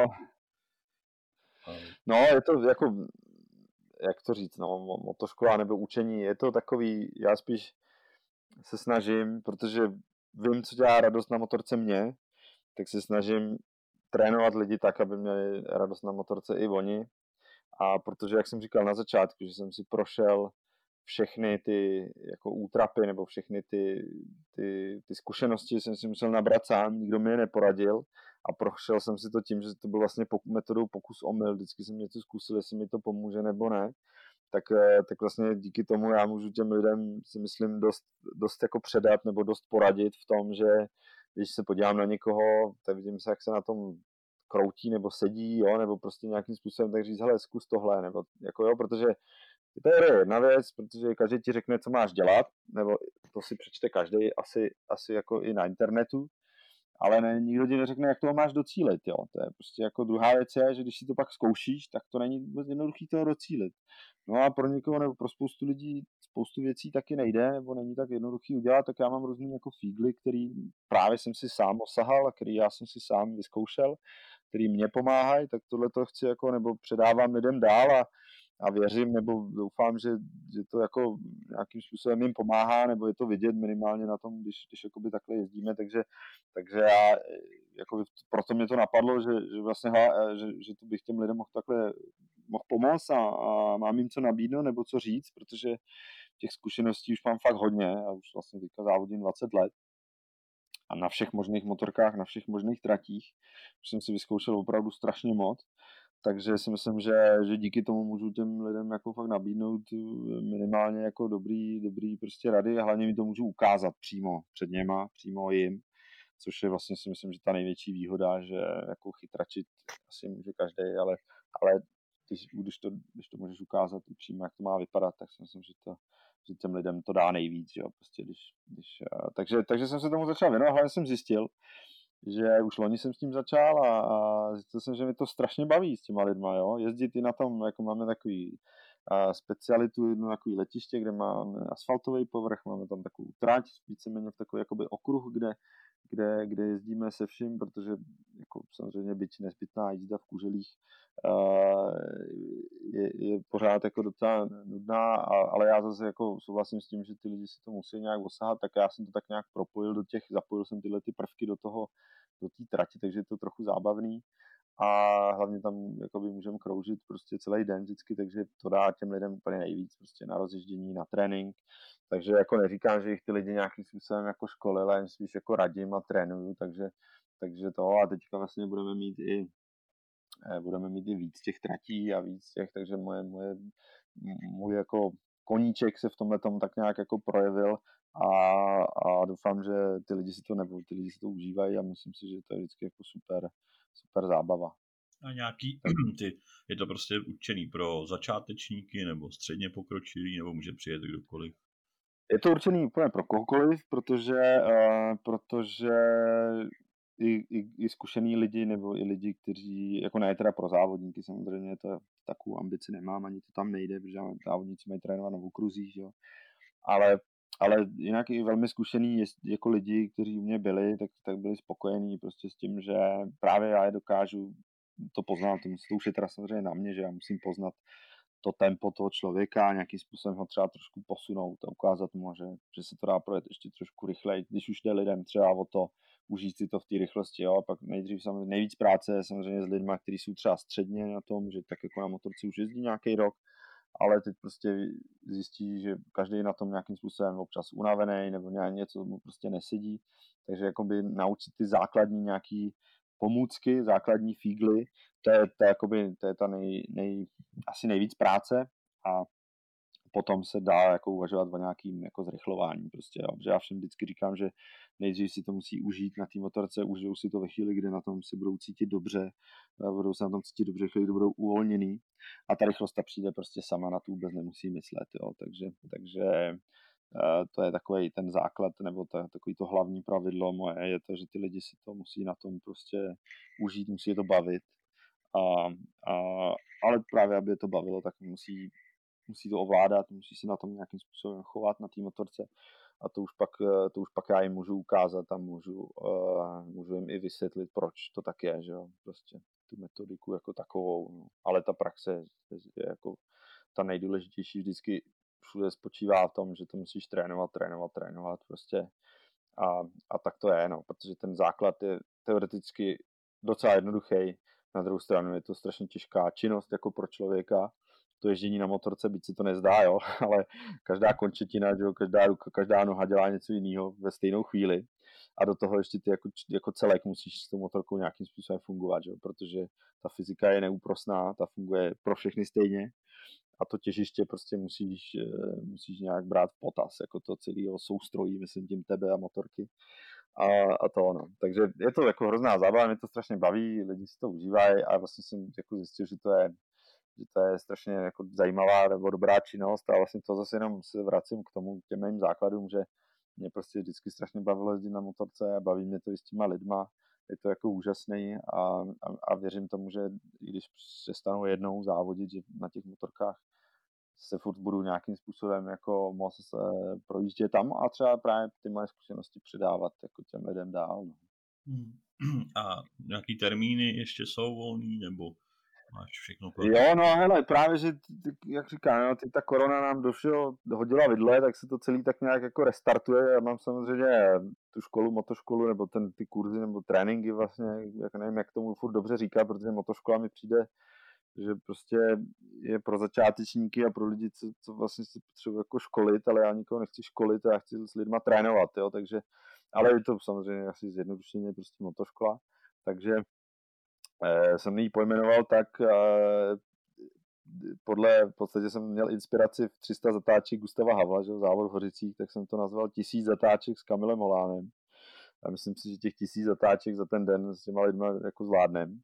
No, je to jako, jak to říct, no, motoškola nebo učení, je to takový, já spíš se snažím, protože vím, co dělá radost na motorce mě, tak se snažím trénovat lidi tak, aby měli radost na motorce i oni. A protože, jak jsem říkal na začátku, že jsem si prošel všechny ty jako útrapy nebo všechny ty, ty, ty zkušenosti jsem si musel nabrat sám, nikdo mi je neporadil a prošel jsem si to tím, že to byl vlastně metodou pokus omyl, vždycky jsem něco zkusil, jestli mi to pomůže nebo ne, tak, tak vlastně díky tomu já můžu těm lidem, si myslím, dost, dost jako předat nebo dost poradit v tom, že když se podívám na někoho, tak vidím se, jak se na tom kroutí nebo sedí, jo, nebo prostě nějakým způsobem tak říct, hele, zkus tohle, nebo jako jo, protože to je jedna věc, protože každý ti řekne, co máš dělat, nebo to si přečte každý asi, asi jako i na internetu, ale ne, nikdo ti neřekne, jak toho máš docílit, jo. To je prostě jako druhá věc je, že když si to pak zkoušíš, tak to není vůbec jednoduchý toho docílit. No a pro někoho nebo pro spoustu lidí spoustu věcí taky nejde, nebo není tak jednoduchý udělat, tak já mám různý jako fígly, který právě jsem si sám osahal a který já jsem si sám vyzkoušel, který mě pomáhají, tak tohle to chci jako, nebo předávám lidem dál a a věřím, nebo doufám, že, že to jako nějakým způsobem jim pomáhá, nebo je to vidět minimálně na tom, když, když jakoby takhle jezdíme, takže, takže já, jakoby, proto mě to napadlo, že, že vlastně, že, že to bych těm lidem mohl takhle mohl pomoct a, a mám jim co nabídnout, nebo co říct, protože těch zkušeností už mám fakt hodně, a už vlastně teďka závodím dvacet let a na všech možných motorkách, na všech možných tratích, už jsem si vyzkoušel opravdu strašně moc. Takže si myslím, že, že díky tomu můžu těm lidem jako fakt nabídnout minimálně jako dobrý, dobrý prostě rady a hlavně mi to můžu ukázat přímo před něma, přímo jim, což je vlastně si myslím, že ta největší výhoda, že jako chytračit asi může každý, ale, ale když, když, to, když to můžeš ukázat i přímo, jak to má vypadat, tak si myslím, že, to, že těm lidem to dá nejvíc, jo, prostě když, když, takže, takže jsem se tomu začal věnovat, hlavně jsem zjistil, že už loni jsem s tím začal a, a zjistil jsem, že mi to strašně baví s těma lidma, jo, jezdit i na tom, jako máme takový a specialitu, jedno takový letiště, kde máme asfaltový povrch, máme tam takovou trať, víceméně v takový jakoby okruh, kde, kde, kde jezdíme se vším, protože jako samozřejmě byť nezbytná jízda v kuželích je, je pořád jako docela nudná, ale já zase jako souhlasím s tím, že ty lidi si to musí nějak osahat, tak já jsem to tak nějak propojil do těch, zapojil jsem tyhle ty prvky do toho, do té trati, takže je to trochu zábavný a hlavně tam jakoby můžeme kroužit prostě celý den vždycky, takže to dá těm lidem úplně nejvíc, prostě na rozjíždění, na trénink, takže jako neříkám, že jich ty lidi nějakým způsobem jako školil, ale spíš jako radím a trénuju, takže, takže to a teďka vlastně budeme mít i budeme mít i víc těch tratí a víc těch, takže moje, moje, můj jako koníček se v tomhle tom tak nějak jako projevil a, a doufám, že ty lidi si to nebo ty lidi si to užívají a myslím si, že to je vždycky jako super, super zábava. A nějaký, ty, je to prostě určený pro začátečníky nebo středně pokročilý, nebo může přijet kdokoliv? Je to určený úplně pro kohokoliv, protože, uh, protože I, i, i zkušený lidi, nebo i lidi, kteří, jako ne teda pro závodníky, samozřejmě to takovou ambici nemám, ani to tam nejde, protože závodníci mají trénovat na okruzích, jo. Ale, ale jinak i velmi zkušený jako lidi, kteří u mě byli, tak, tak byli spokojení prostě s tím, že právě já je dokážu to poznat, to už je teda samozřejmě na mě, že já musím poznat to tempo toho člověka a nějakým způsobem ho třeba trošku posunout a ukázat mu, že, že se to dá projet ještě trošku rychleji, když už jde lidem třeba o to, užít si to v té rychlosti, jo, a pak nejdřív samozřejmě nejvíc práce je samozřejmě s lidmi, kteří jsou třeba středně na tom, že tak jako na motorce už jezdí nějaký rok, ale teď prostě zjistí, že každý na tom nějakým způsobem občas unavený nebo něco mu prostě nesedí, takže jakoby naučit ty základní nějaký pomůcky, základní fígly, to je, to je, jakoby, to je ta nej, nej, asi nejvíc práce a potom se dá jako uvažovat o nějakým jako zrychlování prostě, jo. Protože já všem vždycky říkám, že nejdřív si to musí užít na té motorce, užijou si to ve chvíli, kdy na tom se budou cítit dobře, budou se na tom cítit dobře, chvíli, kdy budou uvolněný a ta rychlost ta přijde prostě sama, na tu vůbec nemusí myslet, jo. Takže, takže to je takový ten základ, nebo ta, takový to hlavní pravidlo moje, je to, že ty lidi si to musí na tom prostě užít, musí je to bavit. A, a, ale právě, aby je to bavilo, tak musí, musí to ovládat, musí se na tom nějakým způsobem chovat na té motorce. A to už pak, to už pak já jim můžu ukázat a můžu, uh, můžu jim i vysvětlit, proč to tak je, že jo, prostě tu metodiku jako takovou. No. Ale ta praxe je jako ta nejdůležitější vždycky všude spočívá v tom, že to musíš trénovat, trénovat, trénovat prostě. A, a tak to je, no, protože ten základ je teoreticky docela jednoduchý. Na druhou stranu je to strašně těžká činnost jako pro člověka. To ježdění na motorce, byť se to nezdá, jo, ale každá končetina, jo, každá ruka, každá noha dělá něco jiného ve stejnou chvíli. A do toho ještě ty jako, jako celek musíš s tou motorkou nějakým způsobem fungovat, jo, protože ta fyzika je neúprosná, ta funguje pro všechny stejně. A to těžiště prostě musíš, musíš nějak brát v potaz, jako to celého soustrojí, myslím tím tebe a motorky. A, a to ono. Takže je to jako hrozná zábava, mě to strašně baví, lidi si to užívají a vlastně jsem jako zjistil, že to je, že to je strašně jako zajímavá nebo dobrá činnost a vlastně to zase jenom se vracím k tomu, těm mým základům, že mě prostě vždycky strašně bavilo jezdit na motorce a baví mě to i s těma lidma. Je to jako úžasný a, a, a věřím tomu, že i když přestanou jednou závodit, že na těch motorkách se furt budu nějakým způsobem jako moc projíždět tam a třeba právě ty moje zkušenosti předávat jako těm lidem dál. No. A nějaký termíny ještě jsou volný, nebo máš všechno? Pro... Jo, no hele, právě, že jak říkám, no, ty, ta korona nám do všeho hodila vidle, tak se to celý tak nějak jako restartuje. Já mám samozřejmě tu školu, motoškolu, nebo ten, ty kurzy, nebo tréninky vlastně, jak nevím, jak tomu furt dobře říká, protože motoškola mi přijde, že prostě je pro začátečníky a pro lidi, co, co vlastně si potřebují jako školit, ale já nikoho nechci školit a já chci s lidma trénovat, jo, takže, ale je to samozřejmě asi zjednodušeně prostě motoškola, takže eh, jsem ji pojmenoval tak, eh, podle, v podstatě jsem měl inspiraci v tři sta zatáček Gustava Havla, že v závod v Hořicích, tak jsem to nazval tisíc zatáček s Kamilem Holánem a myslím si, že těch tisíc zatáček za ten den s těma lidma jako zvládnem.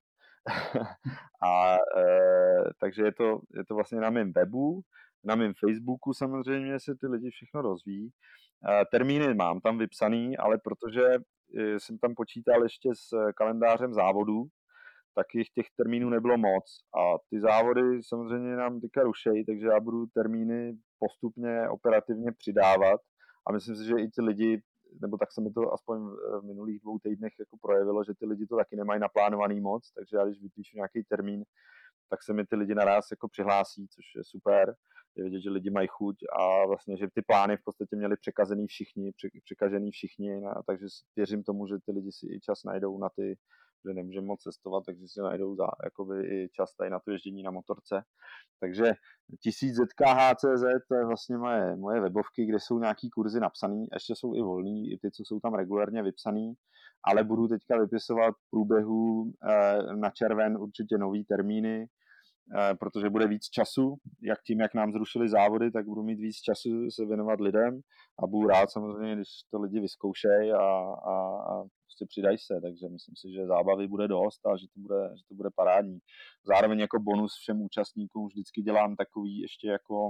a e, takže je to, je to vlastně na mém webu, na mém Facebooku samozřejmě se ty lidi všechno rozvíjí. E, termíny mám tam vypsaný, ale protože jsem tam počítal ještě s kalendářem závodů, tak jich těch termínů nebylo moc a ty závody samozřejmě nám teďka rušejí, takže já budu termíny postupně operativně přidávat a myslím si, že i ty lidi, nebo tak se mi to aspoň v minulých dvou týdnech jako projevilo, že ty lidi to taky nemají naplánovaný moc, takže já když vypíšu nějaký termín, tak se mi ty lidi naraz jako přihlásí, což je super. Je vidět, že lidi mají chuť a vlastně, že ty plány v podstatě měli překazený všichni, překažený všichni, no, takže věřím tomu, že ty lidi si i čas najdou na ty, že nemůžeme moc cestovat, takže si najdou za, jakoby i čas tady na to ježdění na motorce. Takže tisíc Z K H C Z, to je vlastně moje, moje webovky, kde jsou nějaký kurzy napsaný, ještě jsou i volný, i ty, co jsou tam regulérně vypsaný, ale budu teďka vypisovat v průběhu eh, na červen určitě nový termíny, eh, protože bude víc času, jak tím, jak nám zrušili závody, tak budu mít víc času se věnovat lidem a budu rád samozřejmě, když to lidi vyzkoušejí a, a, a prostě přidají se, takže myslím si, že zábavy bude dost a že to bude, že to bude parádní. Zároveň jako bonus všem účastníkům vždycky dělám takový ještě jako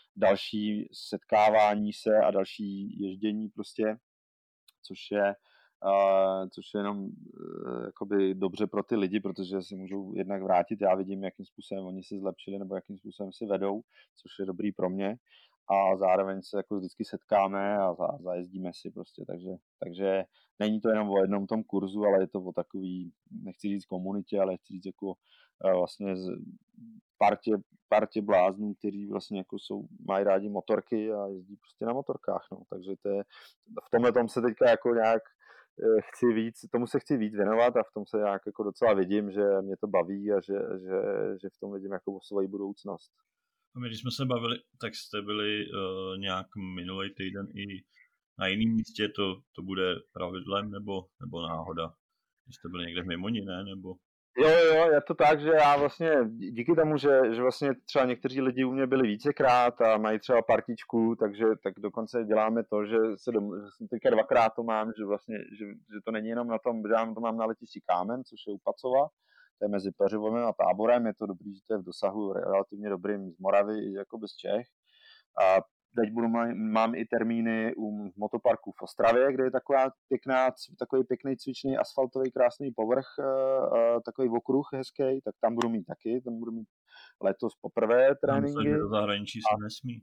další setkávání se a další ježdění prostě, což je Uh, což je jenom uh, jakoby dobře pro ty lidi, protože si můžou jednak vrátit, já vidím, jakým způsobem oni se zlepšili nebo jakým způsobem si vedou, což je dobrý pro mě a zároveň se jako vždycky setkáme a za, zajezdíme si prostě, takže, takže není to jenom o jednom tom kurzu, ale je to o takový, nechci říct komunitě, ale chci říct jako uh, vlastně z partě, partě bláznů, kteří vlastně jako jsou, mají rádi motorky a jezdí prostě na motorkách, no, takže to je, v tomhle tom se teďka jako nějak chci víc, tomu se chci víc věnovat a v tom se nějak jako docela vidím, že mě to baví a že, že, že v tom vidím jako svoji budoucnost. A my, když jsme se bavili, tak jste byli uh, nějak minulý týden i na jiném místě, to, to bude pravidlem nebo, nebo náhoda? Jste byli někde v Mimoni, ne? Nebo... Jo, jo, je to tak, že já vlastně díky tomu, že, že vlastně třeba někteří lidi u mě byli vícekrát a mají třeba partičku, takže tak dokonce děláme to, že se dom, že jsem teďka dvakrát to mám, že vlastně, že, že to není jenom na tom, že já to mám na letišti Kámen, což je u Pacova, to je mezi Peřovem a Táborem, je to dobrý, že to je v dosahu relativně dobrým z Moravy, jako bez Čech. A teď budu, mám i termíny u motoparku v Ostravě, kde je taková pěkná, takový pěkný cvičný asfaltový krásný povrch, takový okruh hezký, tak tam budu mít taky, tam budu mít letos poprvé tréninky. Myslím, že do zahraničí se a... nesmí.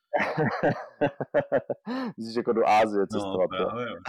Myslíš jako do Ázie cestovat, no, právě, jo.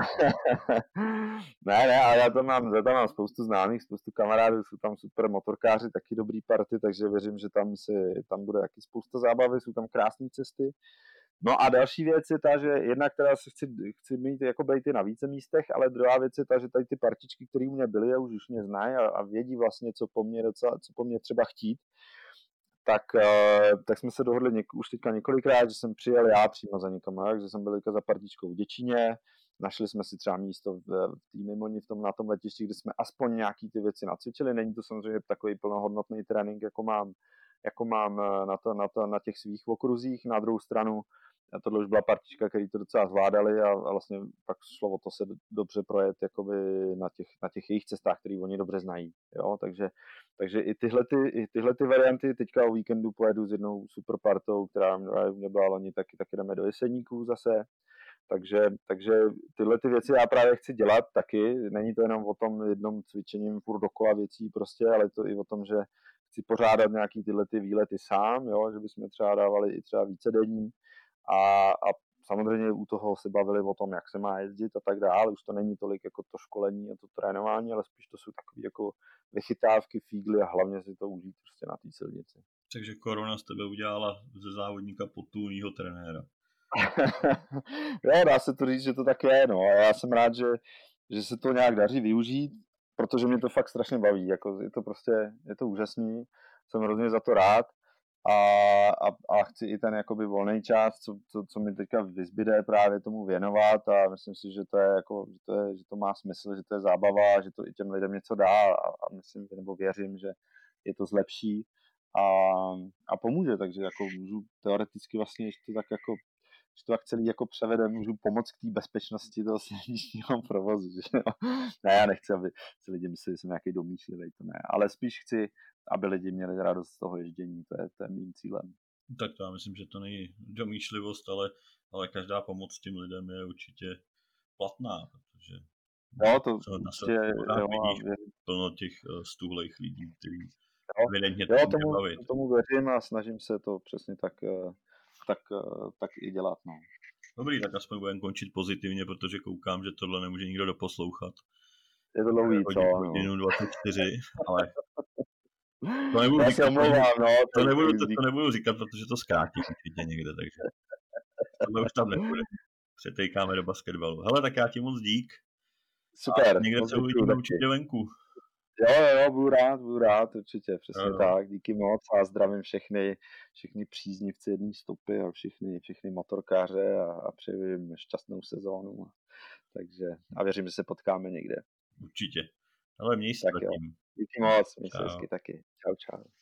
Ne, ne, ale já tam mám, já tam mám spoustu známých, spoustu kamarádů, jsou tam super motorkáři, taky dobrý party, takže věřím, že tam, si, tam bude taky spousta zábavy, jsou tam krásné cesty. No a další věc je ta, že jedna, která se chci, chci mít jako bejty na více místech, ale druhá věc je ta, že tady ty partičky, které u mě byly a už už mě znají a, a vědí vlastně, co po mně docela, co po mně třeba chtít, tak, tak jsme se dohodli něk, už teďka několikrát, že jsem přijel já přímo za někam, že jsem byl za partičkou v Děčíně, našli jsme si třeba místo v, v tý Mimoni v tom, na tom letišti, kde jsme aspoň nějaký ty věci nacvičili. Není to samozřejmě takový plnohodnotný trénink, jako mám, jako mám na, to, na, to, na těch svých okruzích. Na druhou stranu, tohle už byla partička, který to docela zvládali a, a vlastně pak šlo o to se dobře projet jakoby na, těch, na těch jejich cestách, které oni dobře znají. Jo? Takže, takže i tyhle, ty, i tyhle ty varianty teďka o víkendu pojedu s jednou super partou, která mě byla loni, taky, taky jdeme do Jeseníků zase. Takže, takže tyhle ty věci já právě chci dělat taky. Není to jenom o tom jednom cvičením furt dokola věcí prostě, ale to i o tom, že chci pořádat nějaký tyhle ty výlety sám, jo? Že bychom třeba dávali i třeba vícedenní. A, a samozřejmě u toho se bavili o tom, jak se má jezdit a tak dále. Už to není tolik jako to školení a to trénování, ale spíš to jsou takové jako vychytávky, fígly a hlavně si to užít prostě na té silnici. Takže korona z tebe udělala ze závodníka potulného trenéra. Jo, dá se to říct, že to tak je, no. A já jsem rád, že, že se to nějak daří využít, protože mě to fakt strašně baví. Jako je to prostě, je to úžasný. Jsem hrozně za to rád. A, a, a chci i ten jakoby volný čas, co, co, co mi teďka vyzbyde právě tomu věnovat a myslím si, že to je jako, že to, je, že to má smysl, že to je zábava, že to i těm lidem něco dá a, a myslím, nebo věřím, že je to zlepší a, a pomůže, takže jako můžu teoreticky vlastně ještě tak jako, že to tak celý jako převedem, můžu pomoct k té bezpečnosti toho silničního provozu, že jo? Ne, já nechci, aby si lidi mysleli, že jsem nějaký domýšlivý, to ne, ale spíš chci, aby lidi měli radost z toho ježdění, to je, to je mým cílem. Tak to já myslím, že to není domýšlivost, ale, ale každá pomoc tím lidem je určitě platná, protože jo, to určitě, jo, plno těch stuhlejch lidí, kteří evidentně jo, tomu, tomu věřím a snažím se to přesně tak, tak, tak i dělat. No. Dobrý, tak aspoň budeme končit pozitivně, protože koukám, že tohle nemůže nikdo doposlouchat. Je to dlouhý, co? Hodinu dvacet čtyři, ale to nebudu, já říkat, omlouvám, no, to, to, nebudu, to, to nebudu říkat, protože to zkrátí určitě někde, takže tohle už tam nebude. Přetejkáme do basketbalu. Hele, tak já ti moc dík. Super. A někde se uvidíme určitě venku. Jo, jo, budu rád, budu rád, určitě, přesně jo. Tak. Díky moc a zdravím všechny, všechny příznivci jedné stopy a všechny, všechny motorkáře a, a přeji jim šťastnou sezónu. Takže a věřím, že se potkáme někde. Určitě. Ale měj se zatím. Díky moc, měj se hezky taky. Čau, čau.